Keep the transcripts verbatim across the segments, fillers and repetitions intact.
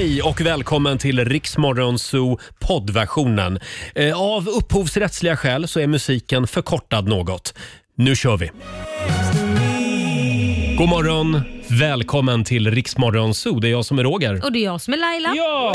Hej och välkommen till Riksmorgon Zoo poddversionen. Eh, av upphovsrättsliga skäl så är musiken förkortad något. Nu kör vi! God morgon, välkommen till Riksmorgon Zoo. Det är jag som är Roger. Och det är jag som är Laila. Ja!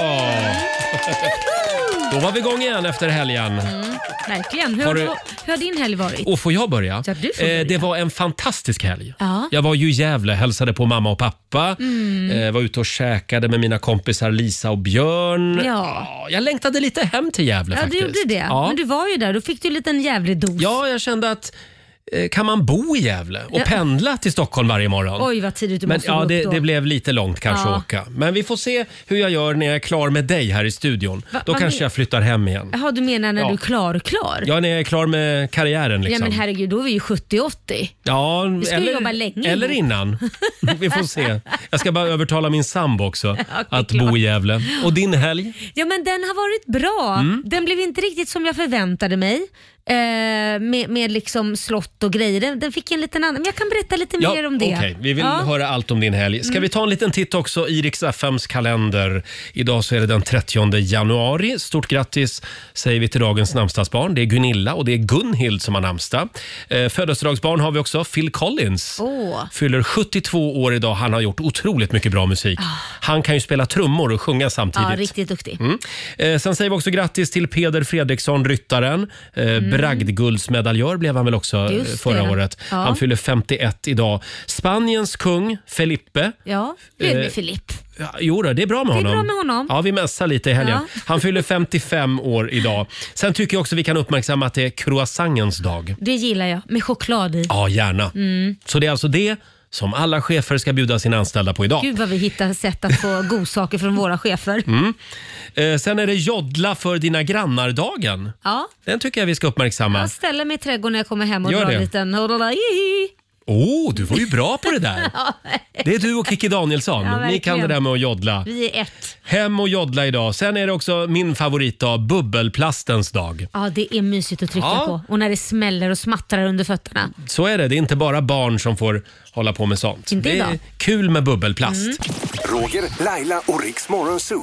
Då var vi igång igen efter helgen. Mm, verkligen. Hur Har har, du- hur har din helg varit? Och får jag börja? Ja, du får börja. Eh, det var en fantastisk helg. Ja. Jag var ju i Gävle, hälsade på mamma och pappa. Mm. Eh, var ute och käkade med mina kompisar Lisa och Björn. Ja. Jag längtade lite hem till Gävle Ja, faktiskt. du gjorde det. Ja. Men du var ju där. Då fick du en liten jävlig dos. Ja, jag kände att eh, kan man bo i Gävle och Ja. pendla till Stockholm varje morgon? Oj, vad tidigt du Men måste ja, gå upp det, då. det blev lite långt kanske Ja. att åka. Men vi får se hur jag gör när jag är klar med dig här i studion. Va- Då vad kanske men- jag flyttar hem igen. Jaha, du menar när Ja. du är klar, klar? Ja, när jag är klar med karriären liksom. Ja, men herregud, då är vi ju sjuttio åttio. Ja, ska ju jobba länge eller ihop. innan. Vi får se. Jag ska bara övertala min sambo också att klart. bo i Gävle. Och din helg? Ja, men den har varit bra. Mm. Den blev inte riktigt som jag förväntade mig. Eh, med, med liksom slott och grejer. Den, den fick en liten annan. Men jag kan berätta lite mer om det. Okej, vi vill Ja. höra allt om din helg. Ska vi ta en liten titt också i Rix F M:s kalender? Idag så är det den trettionde januari. Stort grattis säger vi till dagens namnsdagsbarn. Det är Gunilla och det är Gunhild som har namnsdag. Eh, födelsedagsbarn har vi också. Phil Collins Åh. fyller sjuttiotvå år idag. Han har gjort otroligt mycket bra musik. Han kan ju spela trummor och sjunga samtidigt. Ja, riktigt duktig. Mm. Eh, sen säger vi också grattis till Peder Fredriksson, ryttaren. Eh, Bragdguldsmedaljör blev han väl också eh, Just förra det. året. Ja. Han fyller femtioett idag. Spaniens kung Felipe. Ja, Ludvig Eh, Filip. Ja, jo då, det är bra med Det är honom. bra med honom. Ja, vi mässar lite i helgen. Ja. Han fyller femtiofem år idag. Sen tycker jag också vi kan uppmärksamma att det är croissangens dag. Det gillar jag, med choklad i. Ja, gärna. Mm. Så det är alltså det som alla chefer ska bjuda sina anställda på idag. Gud vad vi hittar sätt att få godsaker från våra chefer. Mm. Eh, sen är det jodla för dina grannar-dagen. Ja, Den tycker jag vi ska uppmärksamma. jag ställer mig i trädgården när jag kommer hem och Gör drar det. en liten hodolaihi. Åh, oh, du var ju bra på det där. Det är du och Kikki Danielsson. Ja, Ni kan verkligen. det där med att jodla. Vi är ett. Hem och jodla idag. Sen är det också min favoritdag, bubbelplastens dag. Ja, det är mysigt att trycka Ja. på. Och när det smäller och smattrar under fötterna. Så är det. Det är inte bara barn som får hålla på med sånt. Inte det är idag. kul med bubbelplast. Mm. Roger, Laila och Riks Morgonzoo.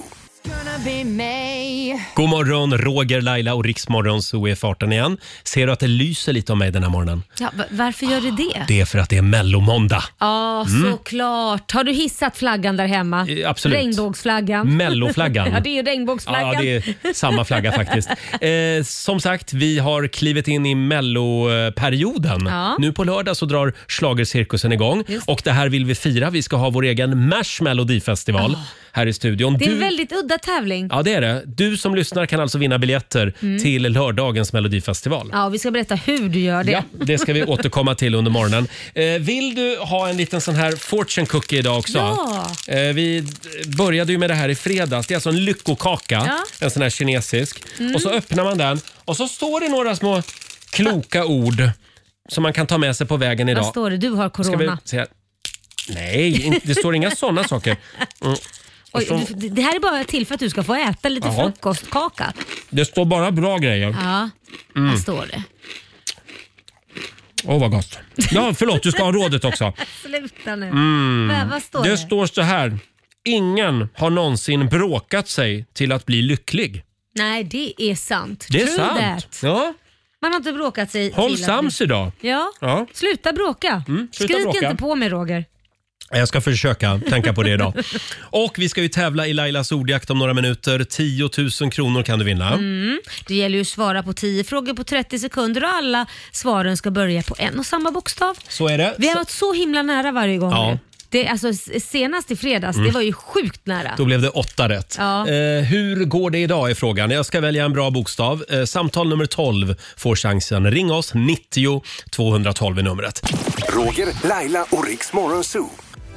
God morgon, Roger, Laila och Riksmorgon Zoo är i farten igen. Ser du att det lyser lite om mig den här morgonen? Ja, va- varför gör det det? Det är för att det är mellomåndag. Ja, såklart. Har du hissat flaggan där hemma? Eh, absolut. Regnbågsflaggan. Melloflaggan. Ja, det är ju regnbågsflaggan. Ja, det är samma flagga faktiskt. Eh, som sagt, vi har klivit in i melloperioden. Ja. Nu på lördag så drar schlagercirkusen igång. Just. Och det här vill vi fira. Vi ska ha vår egen Mash Melodifestival här i studion. Det är Du- en väldigt udda tävling. Ja, det är det. Du som lyssnar kan alltså vinna biljetter Mm. till lördagens melodifestival. Ja, vi ska berätta hur du gör det. Ja, det ska vi återkomma till under morgonen. Eh, vill du ha en liten sån här fortune cookie idag också? Ja. Eh, vi började ju med det här i fredags. Det är alltså en lyckokaka, Ja. Mm. en sån här kinesisk. Och så öppnar man den och så står det några små kloka ord som man kan ta med sig på vägen idag. Vad står det? Du har Ska vi corona. se här. Nej, inte- det står inga såna saker. Mm. Och Oj, så, du- det här är bara till för att du ska få äta lite Jaha. frukostkaka. det står bara bra grejer. Ja, Mm. här står det. Åh, vad gott. Ja, förlåt, du ska ha rådet också. Sluta nu. Mm. Va, vad står det? Det står så här. Ingen har någonsin bråkat sig till att bli lycklig. Nej, det är sant. Det är True sant. that. Ja. Man har inte bråkat sig Håll till att sams idag. bli- Ja. Ja. Sluta bråka. Mm, sluta Skrik bråka. inte på mig, Roger. Jag ska försöka tänka på det idag. Och vi ska ju tävla i Lailas ordjakt om några minuter. tio tusen kronor kan du vinna. Mm. Det gäller ju att svara på tio frågor på trettio sekunder och alla svaren ska börja på en och samma bokstav. Så är det. Vi har varit så himla nära varje gång Ja. nu. Det, alltså, s- senast i fredags, det var ju sjukt nära. Då blev det åtta rätt. Ja. Eh, hur går det idag är frågan. Jag ska välja en bra bokstav. Eh, samtal nummer tolv får chansen. Ring oss, nittio tvåhundratolv är numret. Roger, Laila och Riks Morgonzoo.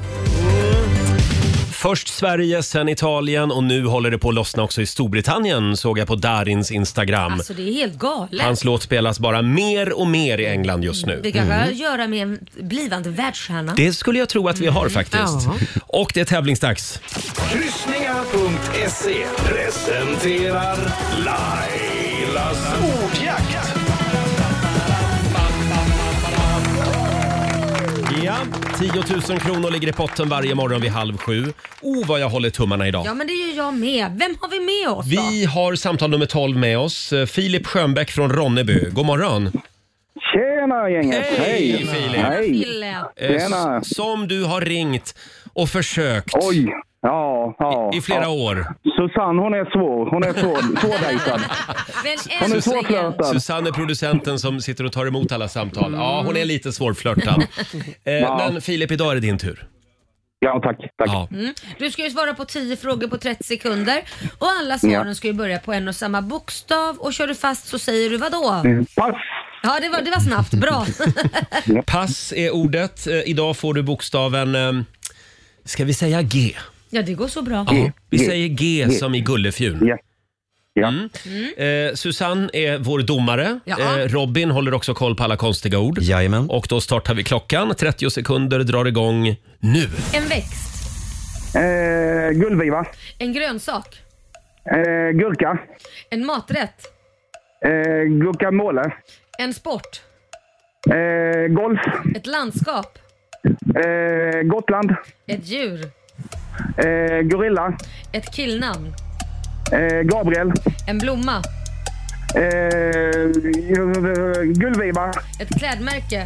Först Sverige, sen Italien och nu håller det på att lossna också i Storbritannien, såg jag på Darins Instagram. Alltså det är helt galet. Hans låt spelas bara mer och mer i England just nu. Det kanske har att göra med en blivande världsstjärna. Det skulle jag tro att vi har faktiskt. Ja. Och det är tävlingsdags. Kryssningar punkt se presenterar Lailas ordjakt. Ja, tio tusen kronor ligger i potten varje morgon vid halv sju. Oh, vad jag håller tummarna idag. Ja, men det gör jag med. Vem har vi med oss då? Vi har samtal nummer tolv med oss. Filip Schönbeck från Ronneby. God morgon. Tjena gänget! Hej, Hej! Filip. Hej! Eh, Tjena. s- Som du har ringt och försökt Oj! Ja, ja. i, i flera ja. år. Susanne, hon är svår. Hon är svår, svårdejtad. Men Hon är äntligen. svårflörtad. Susanne är producenten som sitter och tar emot alla samtal. Ja, hon är lite svårflörtad. Eh, Ja. Men Filip, idag är det din tur. Ja, tack. tack. Ja. Mm. Du ska ju svara på tio frågor på trettio sekunder och alla svaren Ja. ska ju börja på en och samma bokstav och kör du fast så säger du vad då? Pass! Ja, det var, det var snabbt. Bra. Pass är ordet. Eh, Idag får du bokstaven... Eh, ska vi säga G? Ja, det går så bra. Ja, vi G. säger G G. som i Gullefjun. Ja. Ja. Mm. Eh, Susanne är vår domare. Ja. Eh, Robin håller också koll på alla konstiga ord. Jajamän. Och då startar vi klockan. trettio sekunder drar igång nu. En växt. Eh, guldviva. En grönsak. Eh, gurka. En maträtt. Eh, guacamole. En sport. Eh, golf. Ett landskap. Eh, Gotland. Ett djur. Eh, gorilla. Ett killnamn. Eh, Gabriel. En blomma. Eh, guldviva. Ett klädmärke.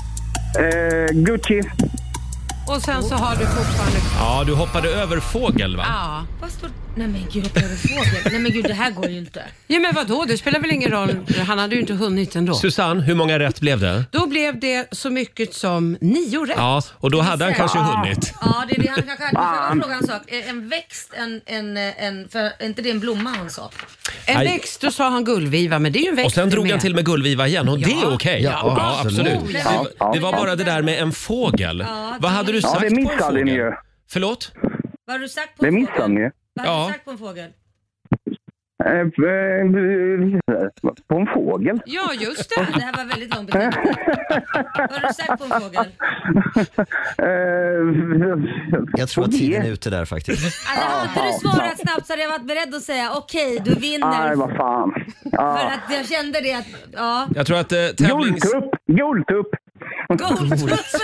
Eh, Gucci. Och sen så har du fortfarande... Ja, du hoppade över fågel va? Ja. Vad står... Nej men gud, jag över fågel. Nej men gud, det här går ju inte. Ja men vadå, det spelar väl ingen roll. Han hade ju inte hunnit ändå. Susanne, hur många rätt blev det? Då blev det så mycket som nio rätt. Ja, och då hade han kanske hunnit. Ja, det är det han kanske hade. Får jag fråga en sak? En växt, en, en, en, för, är inte det en blomma han sa? En Nej. växt, då sa han gullviva, men det är ju en växt. Och sen drog med. han till med gullviva igen och det är okej. Ja, Ja, absolut. absolut. Det, det var bara det där med en fågel. Ja, Vad hade du Ja, sagt det på en missade ni fågel? ju. Förlåt? Vad har du sagt på Det en missade fågel? ni ju. Vad har Ja. du sagt på en fågel? Eh, eh, på en fågel. Ja, just det. Det här var väldigt långt betänkt. Vad har du sagt på en fågel? Eh, Jag tror att tiden är ute där faktiskt. Alltså hade du svarat snabbt så hade jag varit beredd att säga okej, du vinner. Nej, vad fan. För Ja. att jag kände det att, ja. Jag tror att eh, tävlings... Guldtupp! Guldtupp! Goldtuss.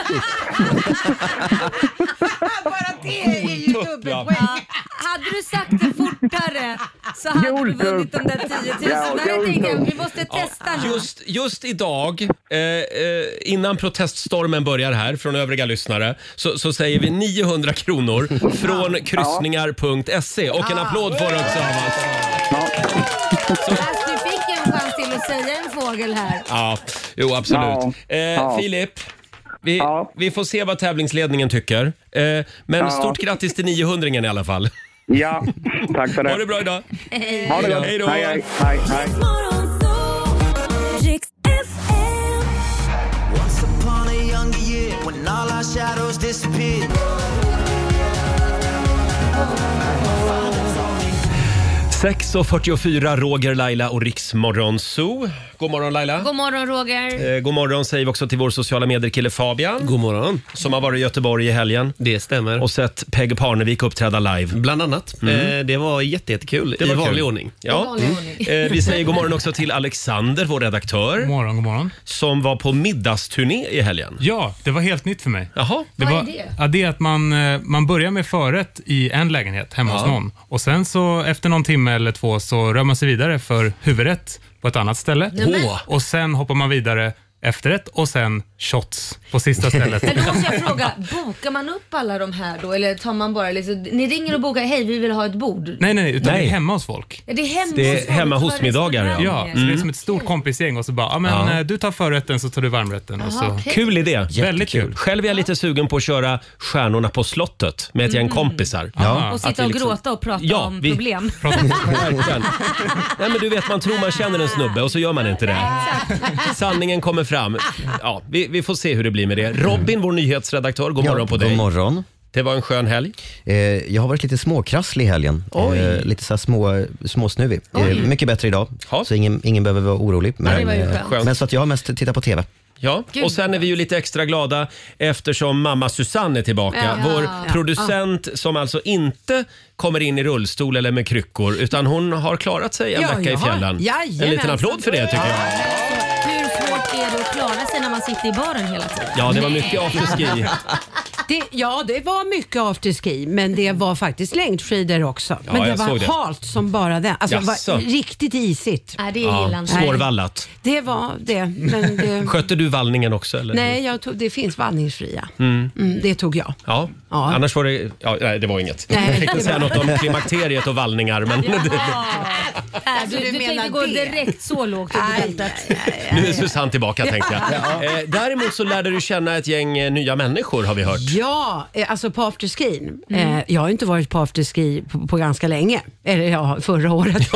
Bara det är ju dubbelpoäng. Ja. Hade du sagt det fortare så hade du Goldtupp. vunnit de där tio tusen. Ja, Men jag tänker, goldtupp. vi måste testa nu. Just, just idag, eh, eh, innan proteststormen börjar här från övriga lyssnare, så, så säger vi niohundra kronor från kryssningar punkt se och en applåd får du också av oss. Fast du fick en chans till att säga en fågel här. Ja, jo absolut. Ja. Eh, Ja. Filip, vi, Ja. vi får se vad tävlingsledningen tycker. Eh, men Ja. stort grattis till niohundringen i alla fall. Ja, tack för det. Ha det bra idag. Ha det gott. Hej då. Hej, hej, hej, hej. Riks F M. Once upon a younger year, when all our shadows disappeared. sex och fyrtiofyra, Roger, Laila och Riksmorgon Zoo. God morgon Laila. God morgon Roger. Eh, god morgon säger vi också till vår sociala medier-kille Fabian. God morgon. Som har varit i Göteborg i helgen. Det stämmer. Och sett Peg Parnevik uppträda live. Bland annat. Eh, det var jätte, jättekul Det i var vanlig kul. ordning. Ja. Vanlig ordning. Eh, vi säger god morgon också till Alexander, vår redaktör. God morgon, god morgon. Som var på middagsturné i helgen. Ja, det var helt nytt för mig. Jaha. Det Vad var, är det? Ja, det är att man, eh, man börjar med förrätt i en lägenhet hemma Ja. hos någon. Och sen så efter någon timme eller två så rör man sig vidare för huvudrätt på ett annat ställe. Nämen. Och sen hoppar man vidare efterrätt och sen shots på sista stället. Men då måste jag fråga, bokar man upp alla de här då? Eller tar man bara liksom, ni ringer och bokar, hej vi vill ha ett bord. Nej, nej, utan Nej. det är hemma hos folk. Ja, det är hemma Det är hos folk, hemma för hos-middagar, ja. restauranger. Ja, så det är som ett stort kompisgäng och så bara, ja men Ja. eh, du tar förrätten så tar du varmrätten. Och Jaha, så. okej. Kul idé. Väldigt kul. Själv är jag lite sugen på att köra Stjärnorna på slottet med ett gäng kompisar. Ja. Och sitta Att vi och liksom- gråta och prata Ja, om vi- problem. Verkligen. Nej, men du vet, man tror man känner en snubbe och så gör man inte det. Sanningen kommer fram. Ja, vi, vi får se hur det blir med det. Robin, vår nyhetsredaktör, god morgon på dig. God morgon. Det var en skön helg. Eh, jag har varit lite småkrasslig i helgen. Oj. Eh, lite så här små, småsnuvig. Eh, mycket bättre idag, Ja. så ingen, ingen behöver vara orolig. Men, det var ju eh, skönt. men så att jag har mest tittat på T V. Ja, Gud. och sen är vi ju lite extra glada eftersom mamma Susanne är tillbaka. Ja. Vår Ja. producent som alltså inte kommer in i rullstol eller med kryckor utan hon har klarat sig en Ja, vecka i jaha. fjällen. En Jajamensan. liten applåd för det tycker jag. Hur svårt är det att klara sig sig när man sitter i baren hela tiden? Ja, det var mycket afterski. Det, ja, det var mycket afterski, men det var faktiskt längdskidor också. Ja, men det jag var såg det. halt som bara det. Alltså, det Jaså. var riktigt isigt. Nej, det är Ja, gillan. svårvallat. Det var det. Men det Skötte du vallningen också? Eller? nej, jag tog, det finns vallningsfria. Mm. det tog jag. Ja. Ja. Annars var det... Ja, nej, det var inget. Nej, jag tänkte det säga var- något om klimakteriet och vallningar, men Ja. det, Äh, du du du menar tänkte gå det? direkt så lågt Aj, under bältet. nu är Susanne tillbaka, tänkte jag. Eh, däremot så lärde du känna ett gäng eh, nya människor, har vi hört. Ja, eh, alltså på afterskin. Mm. Eh, jag har inte varit på afterski på, på ganska länge. Eller ja, förra året.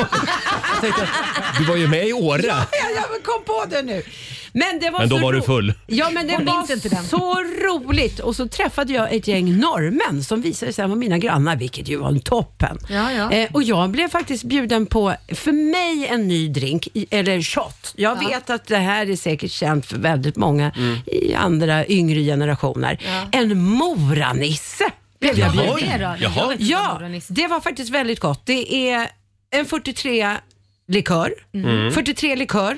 Du var ju med i Åre. Ja, jag kom på det nu. Men, det var Men då så var du ro- full. Ja, men det Hon minns var inte den. så roligt. Och så träffade jag ett gäng norrmän som visade sig vara mina grannar, vilket ju var en toppen. Ja, ja. Eh, och jag blev faktiskt bjuden på, för mig, en ny drink, i- eller shot. Jag Ja. vet att det här är säkert känt för väldigt många i andra yngre generationer. Ja. En moranisse blev jag Vad bjuden. är det då? Jaha. Jag vet inte vad Ja, moranisse är. det var faktiskt väldigt gott. Det är en fyrtiotre likör. Mm. fyrtiotre likör.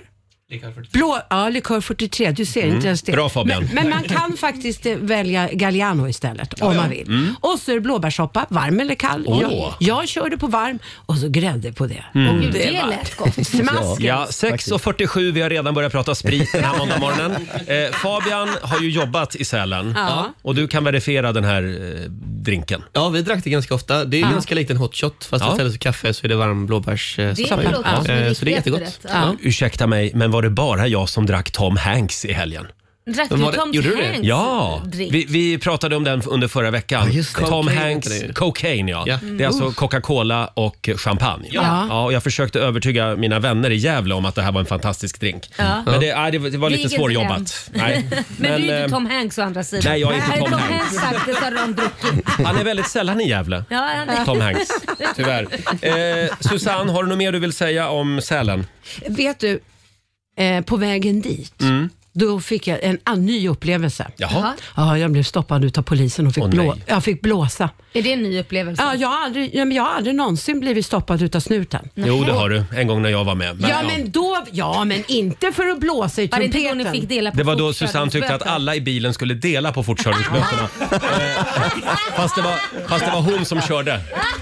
Blå, ja, likör fyrtiotre, du ser inte ens det. Bra, Fabian. Men, men man kan faktiskt eh, välja Galliano istället om man vill. Och så är det blåbärssoppa, varm eller kall. Åh. Jag, jag körde på varm och så grädde på det. Mm. Och Gud, det var lät gott. smaskigt. Ja, sex och fyrtiosju, vi har redan börjat prata sprit den här måndagmorgonen. Eh, Fabian har ju jobbat i Sälen Ja. och du kan verifiera den här eh, drinken. Ja, vi drack det ganska ofta. Det är ganska likt en hot shot, fast Ja. istället för kaffe så är det varm blåbärssoppa. Det låter som en Så det är riktig jättegott. efterrätt. Ja. Ursäkta mig, men var det bara jag som drack Tom Hanks i helgen? Drack Men du var det- Tom gjorde du det? Hanks Ja, drink? vi, vi pratade om den under förra veckan. Ja, just det. Tom Cocaine Hanks, heter det ju. cocaine ja. Ja. Det är alltså Coca-Cola och champagne. Ja. Ja, och jag försökte övertyga mina vänner i Gävle om att det här var en fantastisk drink. Ja. Men det, nej, det, var- det var Det lite gick inte svårjobbat. Nej. Men, du är ju eh, inte Tom Hanks å andra sidan. nej, jag är inte Hade Tom Tom Hanks. Hanks sagt det så hade de druckit. Han är väldigt sällan i Gävle. Ja, han är. Tom Hanks, tyvärr. Eh, Susanne, har du något mer du vill säga om Sälen? Vet du, eh, på vägen dit, Mm. då fick jag en, en ny upplevelse. Jaha. Ja, jag blev stoppad utav polisen och fick, Åh, blå, nej. jag fick blåsa. Är det en ny upplevelse? Ja, jag, har aldrig, ja, men jag har aldrig någonsin blivit stoppad utav snuten. Jo, det har du. En gång när jag var med. Men, Ja, men då, ja, men inte för att blåsa i Var det inte då ni trumpeten. fick dela på det var då Susanne tyckte att fortkörningsböter? alla i bilen skulle dela på fortkörningsböterna. Eh, fast, det var, fast det var hon som körde.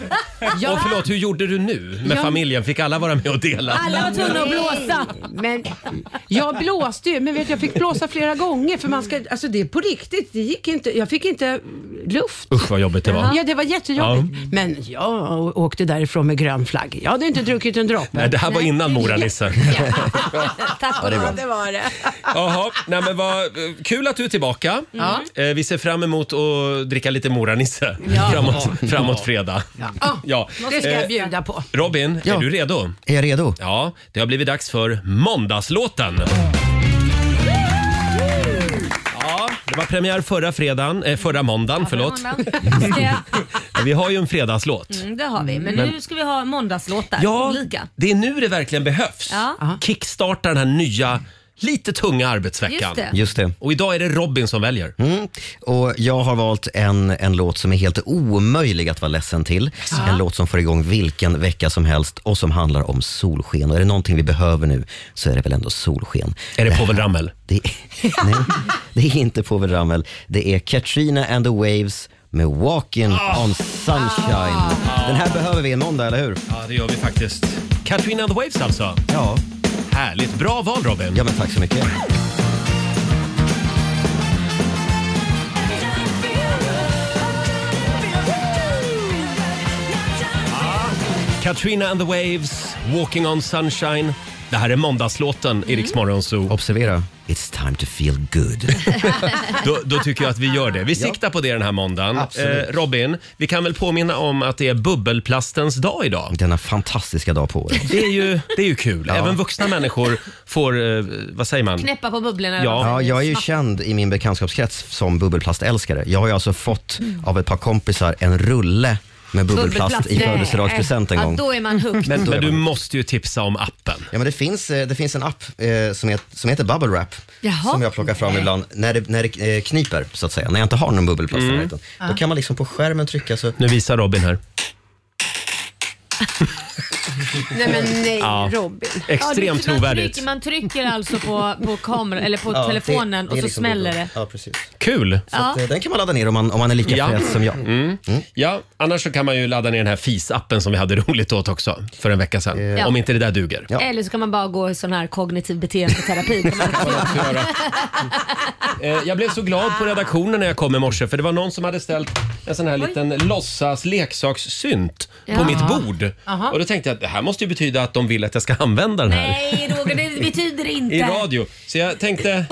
Ja. Och förlåt, hur gjorde du nu med Ja. familjen? Fick alla vara med och dela? Alla var tvungna att blåsa. Men jag blåste ju, men vet du, jag fick blåsa flera gånger för man ska, alltså det är på riktigt, det gick inte, jag fick inte luft. Usch vad jobbigt det var. Ja, det var jättejobbigt. Men jag åkte därifrån med grön flagg. Jag hade inte druckit en droppe. Nej, det här var innan Mora-Nisse. Tack och Ja, lov. det var det. Jaha, nej men vad kul att du är tillbaka. Eh, vi ser fram emot att dricka lite Mora-Nisse framåt, framåt fredag. Ja, Ja. det ska jag Eh, bjuda på. Robin, Ja. är du redo? Är jag redo? Ja, det har blivit dags för måndagslåten. Ja, det var premiär förra fredagen, eh, förra måndagen, förlåt. Ska jag- Vi har ju en fredagslåt. Mm, det har vi, men nu ska vi ha måndagslåtar. Ja, Olika. det är nu det verkligen behövs. Ja. Kickstarta den här nya, lite tunga arbetsveckan. Just det. Just det. Och idag är det Robin som väljer. Mm. Och jag har valt en, en låt som är helt omöjlig att vara ledsen till. En låt som får igång vilken vecka som helst och som handlar om solsken. Och är det någonting vi behöver nu så är det väl ändå solsken. Är det Povel Ramel? Det, nej, det är inte Povel Ramel. Det är Katrina and the Waves med Walking on Sunshine. Den här behöver vi en måndag, eller hur? Ja, det gör vi faktiskt. Katrina and the Waves alltså. Ja, Härligt. Bra val Robin. ja men tack så mycket. Katrina and the Waves, Walking on Sunshine. Det här är måndagslåten i Rix Morgon Zoo. Observera, it's time to feel good. Då, då tycker jag att vi gör det. Vi siktar på det den här måndagen. Absolut. Eh, Robin, vi kan väl påminna om att det är bubbelplastens dag idag. Denna fantastiska dag på året. Det är ju, det är ju kul. Ja. Även vuxna människor får, eh, vad säger man? Knäppa på bubblorna. Ja. Ja, jag är ju känd i min bekantskapskrets som bubbelplastälskare. Jag har ju alltså fått av ett par kompisar en rulle med bubbelplast Bubbelplast, i nej. födelsedagspresent en Ja, gång. då är man hooked. Men, Då är men du man- måste ju tipsa om appen. Ja, men det finns, eh, det finns en app eh, som, heter, som heter Bubble Wrap Jaha. som jag plockar fram ibland när det, när det eh, kniper, så att säga. När jag inte har någon bubbelplast i närheten. Då kan man liksom på skärmen trycka så... Nu visar Robin här. Nej men nej, Ja. Robin. Extremt man trovärdigt. Trycker, man trycker alltså på, på kameran eller på Ja, telefonen det- det är och så liksom smäller det. det. Ja, precis. Kul! Så att, eh, den kan man ladda ner om man, om man är lika Ja. frälst som jag. Mm. Ja, annars så kan man ju ladda ner den här FIS-appen som vi hade roligt åt också för en vecka sedan. Ja. Om inte det där duger. Ja. Eller så kan man bara gå i sån här kognitiv beteendeterapi. Kan man också göra. Eh, Jag blev så glad på redaktionen när jag kom i morse för det var någon som hade ställt en sån här liten låtsas leksakssynt på Ja. mitt bord. Aha. Och då tänkte jag att det här måste ju betyda att de vill att jag ska använda den här Nej Roger, det betyder inte. i radio. Så jag tänkte...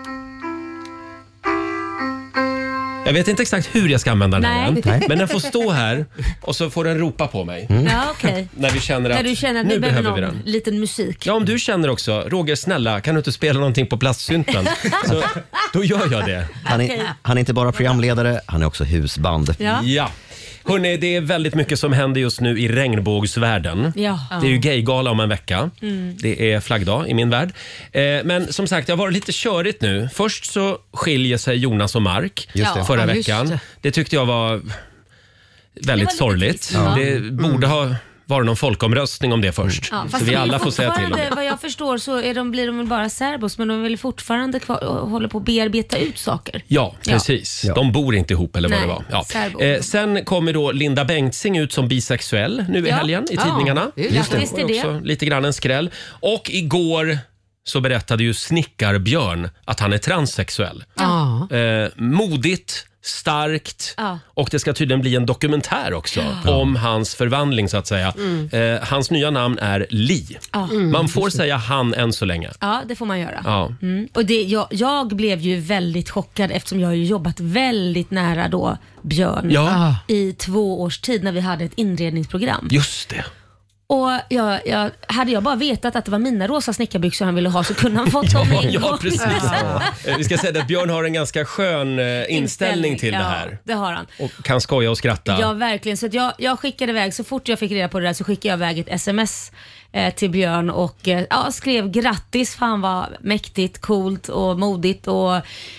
Jag vet inte exakt hur jag ska använda den här Nej. än, men den får stå här och så får den ropa på mig. Ja, okej. När vi känner att, När du känner att nu vi behöver behöver vi någon den. liten musik. Ja, om du känner också, Roger snälla, kan du inte spela någonting på plastsynten? Så då gör jag det. Han är, Okej. han är inte bara programledare, han är också husband. Ja. Ja. Hörrni, det är väldigt mycket som händer just nu i regnbågsvärlden. Ja. Det är ju gaygala om en vecka. Mm. Det är flaggdag i min värld. Eh, men som sagt, det har varit lite körigt nu. Först så skiljer sig Jonas och Mark Just det. förra Ja, just veckan. det. Det tyckte jag var väldigt lite sorgligt. trist. Ja. Det borde ha varit någon folkomröstning om det först. Ja, så fast vi de är alla får säga till om fortfarande, det. vad jag förstår så är de, blir de väl bara särbos, men de är väl fortfarande kvar och håller på att bearbeta ut saker. Ja, precis. Ja. De bor inte ihop eller vad Nej, det var. Ja. särbo. Eh, sen kommer då Linda Bengtzing ut som bisexuell nu i Ja. helgen i Ja, tidningarna. just det. Visst är det. Också lite grann en skräll. Och igår så berättade ju Snickarbjörn att han är transsexuell. Ja. Eh, modigt, starkt Ja. och det ska tydligen bli en dokumentär också om hans förvandling så att säga. Eh, hans nya namn är Li. Ja. Man får säga han än så länge. Ja, det får man göra. Ja. Mm. Och det, jag, jag blev ju väldigt chockad eftersom jag har ju jobbat väldigt nära då Björn Ja. i två års tid när vi hade ett inredningsprogram. Just det. Och jag, jag, hade jag bara vetat att det var mina rosa snickarbyxor han ville ha så kunde han fått dem Ja, en ja, gång. precis. Eh, Vi ska säga att Björn har en ganska skön eh, inställning till ja, det här. det har han. Och kan skoja och skratta. Ja, verkligen. Så att jag, jag skickade iväg, så fort jag fick reda på det där så skickade jag iväg ett sms eh, till Björn och eh, ja, skrev grattis, fan vad mäktigt, coolt och modigt och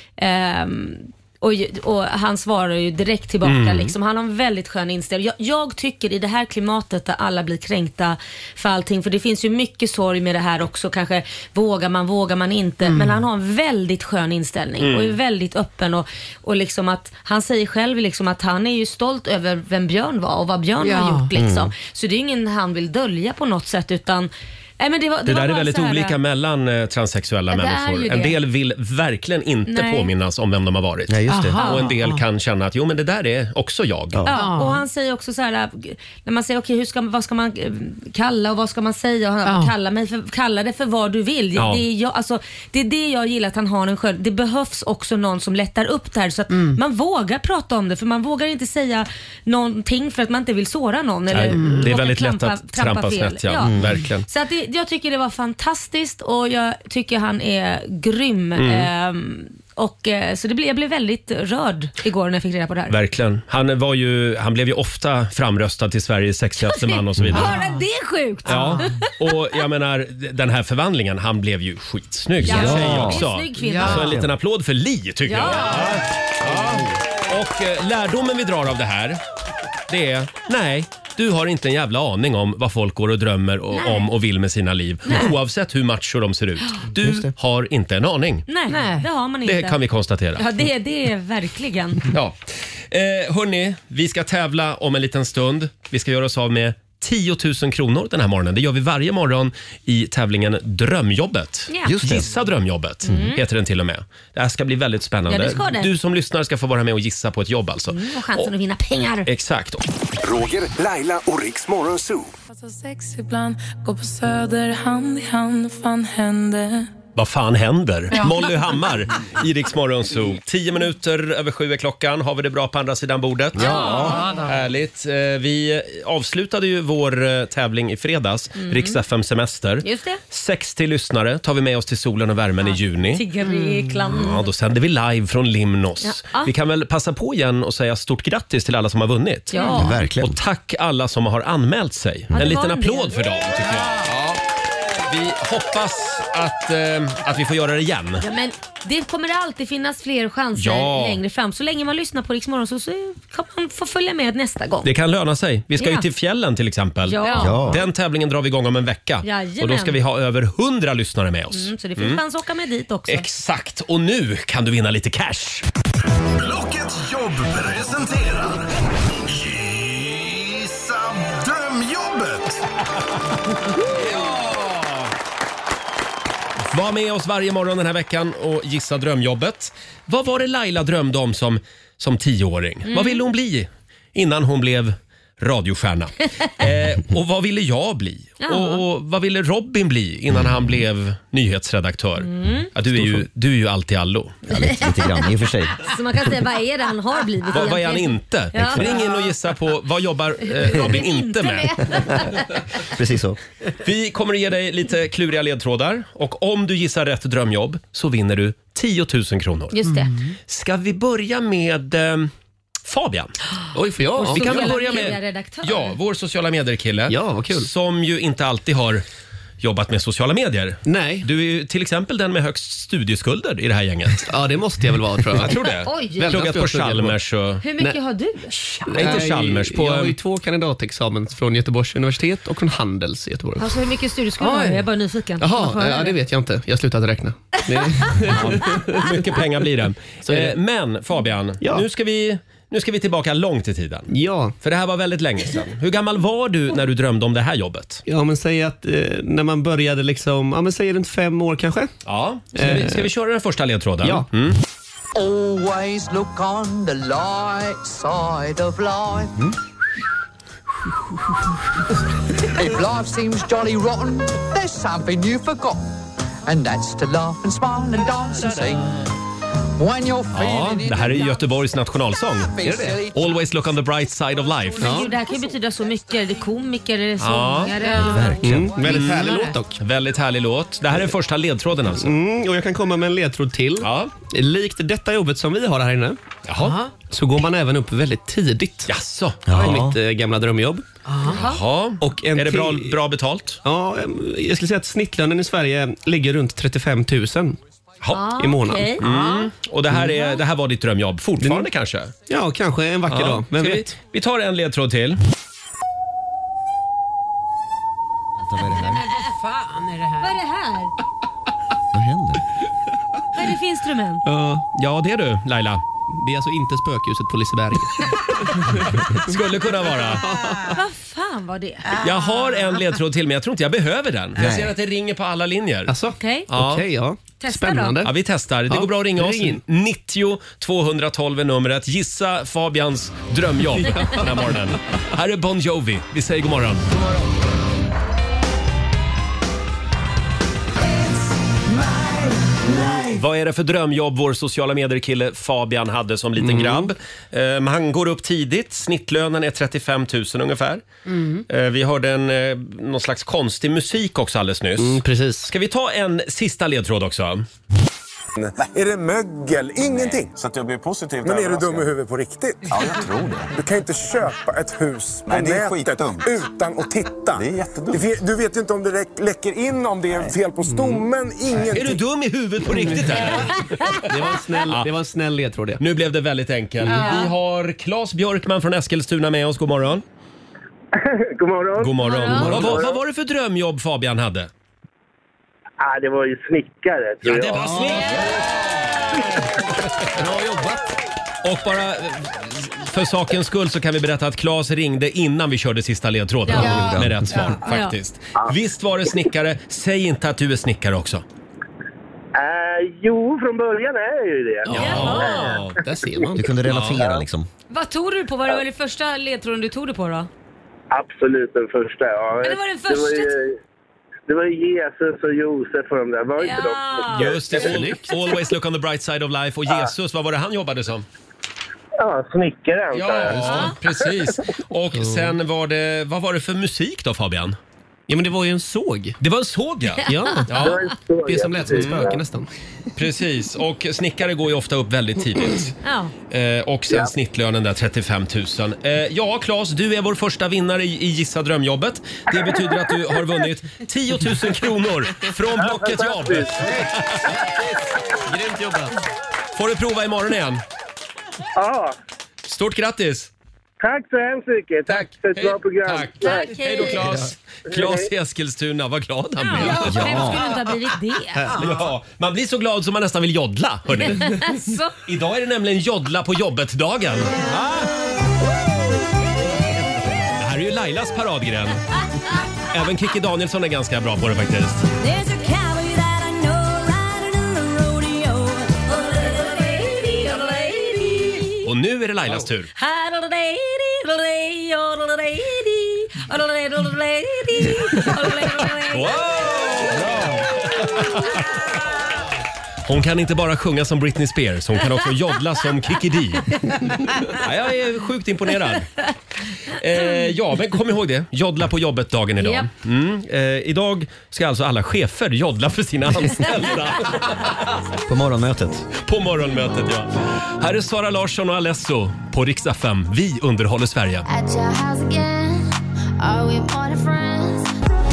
ehm, Och, och han svarar ju direkt tillbaka. Mm. Liksom. Han har en väldigt skön inställning. Jag, jag tycker i det här klimatet där alla blir kränkta för allting, för det finns ju mycket sorg med det här också. Kanske vågar man, vågar man inte. Mm. Men han har en väldigt skön inställning Mm. och är väldigt öppen. Och, och liksom att, han säger själv liksom att han är ju stolt över vem Björn var och vad Björn Ja. har gjort. Liksom. Mm. Så det är ingen han vill dölja på något sätt, utan nej, men det, var, det, Det var där är bara väldigt så här, olika mellan eh, transsexuella Ja, det är människor. ju En det. del vill verkligen inte Nej. påminnas om vem de har varit. Nej, just det. Aha. Och en del kan känna att jo men det där är också jag. Ja, och han säger också så här, när man säger okej, hur ska, vad ska man eh, kalla och vad ska man säga? Och han, Ja. kalla, mig för, kalla det för vad du vill. Ja. Det, är jag, alltså, det är det jag gillar, att han har en skön. Det behövs också någon som lättar upp det här så att man vågar prata om det, för man vågar inte säga någonting för att man inte vill såra någon. Eller Nej, det är råka väldigt lätt trampa- att trampa trampa fel. snett. Ja. Mm. Verkligen. Så att det, jag tycker det var fantastiskt och jag tycker han är grym. Mm. Ehm, och, eh, så det blev, jag blev väldigt rörd igår när jag fick reda på det här. Verkligen. Han, var ju, han blev ju ofta framröstad till Sveriges sexigaste man och så vidare. Bara det är sjukt! Ja, och jag menar den här förvandlingen, han blev ju skitsnygg Ja, som det är tjej en också. snygg kvinna. Så en liten applåd för Li tycker Ja. jag. Ja. Och eh, lärdomen vi drar av det här, det är nej. Du har inte en jävla aning om vad folk går och drömmer och, om och vill med sina liv. Nej. Oavsett hur macho de ser ut. Du har inte en aning. Nej, det har man inte. Det kan vi konstatera. Ja, det, det är verkligen. Ja. Eh, hörni, vi ska tävla om en liten stund. Vi ska göra oss av med tio tusen kronor den här morgonen. Det gör vi varje morgon i tävlingen Drömjobbet. Ja. Just det. Gissa drömjobbet Mm. heter den till och med. Det här ska bli väldigt spännande. Ja, det ska det. Du som lyssnar ska få vara med och gissa på ett jobb alltså. Mm, och chansen att vinna pengar. Exakt. Roger, Laila och Riks Morgonzoo. Sex ibland, gå på Söder hand i hand, fan hände. Vad fan händer? Ja. Molly Hammar i Rix Morgon Zoo. Tio minuter över sju är klockan. Har vi det bra på andra sidan bordet? Ja. Härligt. Eh, Vi avslutade ju vår eh, tävling i fredags. Mm. Rix F M Semester. Just det. sextio lyssnare tar vi med oss till solen och värmen i juni. Till Grekland. Ja, då sänder vi live från Limnos. Ja. Vi kan väl passa på igen och säga stort grattis till alla som har vunnit. Ja. Verkligen. Och tack alla som har anmält sig. Ja, det en liten var en applåd del. för dem tycker jag. Ja. Vi hoppas att, eh, att vi får göra det igen. Ja, men det kommer alltid finnas fler chanser Ja. längre fram. Så länge man lyssnar på Rix Morgon så, så kan man få följa med nästa gång. Det kan löna sig. Vi ska Ja. ju till fjällen till exempel. Ja. Ja. Den tävlingen drar vi igång om en vecka. Jajamän. Och då ska vi ha över hundra lyssnare med oss. Mm, så det finns Mm. chans att åka med dit också. Exakt. Och nu kan du vinna lite cash. Blockets jobb presenterar Gissa drömjobbet. Var med oss varje morgon den här veckan och gissa drömjobbet. Vad var det Laila drömde om som, som tioåring? Mm. Vad ville hon bli innan hon blev radiostjärna? eh, och vad ville jag bli? Ja. Och, och vad ville Robin bli innan han blev nyhetsredaktör? Mm. Ja, du, är ju, du är ju allt i allo. Ja, lite, lite grann i och för sig. Så man kan säga, vad är det han har blivit Vad, vad är han egentligen? inte? Ja. Ring in och gissa på vad jobbar eh, Robin inte med. Precis så. Vi kommer att ge dig lite kluriga ledtrådar och om du gissar rätt drömjobb så vinner du tio tusen kronor. Just det. Ska vi börja med eh, Fabian? Oj, för jag? Och Vi kan väl sociala börja med medieredaktör. ja, vår sociala medier-kille. Ja, vad kul. Som ju inte alltid har jobbat med sociala medier. Nej. Du är ju till exempel den med högst studieskulder i det här gänget. Ja, det måste jag väl vara, tror jag. Jag tror det. Oj. Pluggat på Chalmers och... Hur mycket Nej. har du? Nej, inte Chalmers. På, Jag har ju två kandidatexamen från Göteborgs universitet och från Handels i Göteborg. Alltså, hur mycket studieskuld har du? Jag är bara nyfiken. Jaha, Varför har ja, du det vet jag inte. Jag har slutat räkna. Det- hur mycket pengar blir det? Så är det. Eh, Men Fabian, Ja. nu, ska vi, nu ska vi tillbaka långt i tiden. Ja. För det här var väldigt länge sedan. Hur gammal var du när du drömde om det här jobbet? Ja, men säg att eh, när man började liksom, ja men säg runt fem år kanske. Ja. Ska, vi, ska vi köra den första ledtråden? Ja. Mm. Always look on the light side of life. If life seems jolly rotten, there's something you forgot. And that's to laugh and smile and dance and sing. When you're Ja, feeling det här är Göteborgs nationalsång. Är det? Always look on the bright side of life. Men gud, det här kan ju betyda så mycket. Är det komiker, är det Ja. sångare? Verkligen. Mm, väldigt härlig låt dock. Väldigt härlig låt. Det här är första ledtråden alltså. Mm, och jag kan komma med en ledtråd till. Ja. Likt detta jobbet som vi har här inne Jaha. så går man även upp väldigt tidigt. Jaså. Det är Ja. mitt eh, gamla drömjobb. Jaha. Och en Är det bra, till- bra betalt? Ja, em, jag skulle säga att snittlönen i Sverige ligger runt trettiofem tusen Ja. i månaden. Okej. Mm. Och det här, är, det här var ditt drömjobb fortfarande Mm. kanske? Ja, kanske en vacker Ja. dag. Vem Ska vi, vet? vi tar en ledtråd till. Vänta, vad är det här? Vad fan är det här? Vad är det här? Vad händer? Vad är det för instrument? Ja, Ja, det är du Laila. det är alltså inte spökhuset på Liseberg. Skulle kunna vara. Vad fan var det? Jag har en ledtråd till men jag tror inte jag behöver den. För jag Nej. ser att det ringer på alla linjer. Alltså, Okej. Ja. okej, ja. Testa Spännande. Ja, vi testar. Det Ja, går bra att ringa oss. ring in. nittio tvåhundratolv är numret. Gissa Fabians drömjobb den här morgonen. Här är Bon Jovi. Vi säger god morgon. Vad är det för drömjobb vår sociala medier-kille Fabian hade som liten grabb? Eh, han går upp tidigt. Snittlönen är trettiofem tusen ungefär. Eh, vi hörde en, eh, någon slags konstig musik också alldeles nyss. Mm, precis. Ska vi ta en sista ledtråd också? Är det mögel? Ingenting. Så att jag blir positivt Men är du överraskad. dum i huvudet på riktigt? Ja, jag tror det. Du kan ju inte köpa ett hus på Nej, det är nätet skitdumt. utan att titta. Det är jättedumt. Det fi- Du vet ju inte om det läck- läcker in, om det är fel på stommen, ingenting. Är du dum i huvudet på riktigt eller? Det var en snäll, det var en snäll ledtråd det. Nu blev det väldigt enkelt. Vi har Claes Björkman från Eskilstuna med oss. God morgon. God morgon. God morgon. morgon. Vad, vad, vad var det för drömjobb Fabian hade? Ah, det var ju snickare, Ja, tror det jag. var snyggt! Bra jobbat! Och bara eh, för sakens skull så kan vi berätta att Claes ringde innan vi körde sista ledtråden. Ja. Med rätt svar, Ja. faktiskt. Visst var det snickare? Säg inte att du är snickare också. Eh, jo, från början är jag ju det. Ja, där ser man. Du kunde relatera liksom. Vad tog du på? Vad var det första ledtråden du tog det på då? Absolut den första. Ja. Men det var den Det var första? ju, det var ju Jesus och Josef och de där. Var inte Ja. de? just det. All, always look on the bright side of life. Och Jesus, vad var det han jobbade som? Ja, snickare antar jag. Ja, precis. Och sen var det, vad var det för musik då Fabian? Ja, men det var ju en såg. Det var en såg, ja. Ja, ja. Det som lät som ett spöke nästan. Precis, och snickare går ju ofta upp väldigt tidigt. Ja. Eh, och sen Ja. snittlönen där trettiofem tusen. Eh, ja, Claes, du är vår första vinnare i, i Gissa drömjobbet. Det betyder att du har vunnit tio tusen kronor från Blocket Jobb. Grymt jobbat. Får du prova imorgon igen. Ja, Stort grattis! tack så hemskt mycket. Tack för ett bra program. Tack. Tack, Hej då, Claes. Claes i Eskilstuna, vad glad han blev. Ja, vem skulle inte ha blivit det? Ja, man blir så glad som man nästan vill joddla, hörni. Så. Idag är det nämligen joddla på jobbet-dagen. Det här är ju Lailas paradgren. Även Kikki Danielsson är ganska bra på det faktiskt. Och nu är det Lailas tur. Wow! Hon kan inte bara sjunga som Britney Spears, hon kan också joddla som Kikki D. Ja, jag är sjukt imponerad. Eh, ja, men kom ihåg det. Joddla på jobbet dagen idag. Japp. Mm, eh, idag ska alltså alla chefer joddla för sina anställda. På morgonmötet. På morgonmötet, ja. Här är Sara Larsson och Alesso på Rix F M. Vi underhåller Sverige. At your house again. Are we more than friends?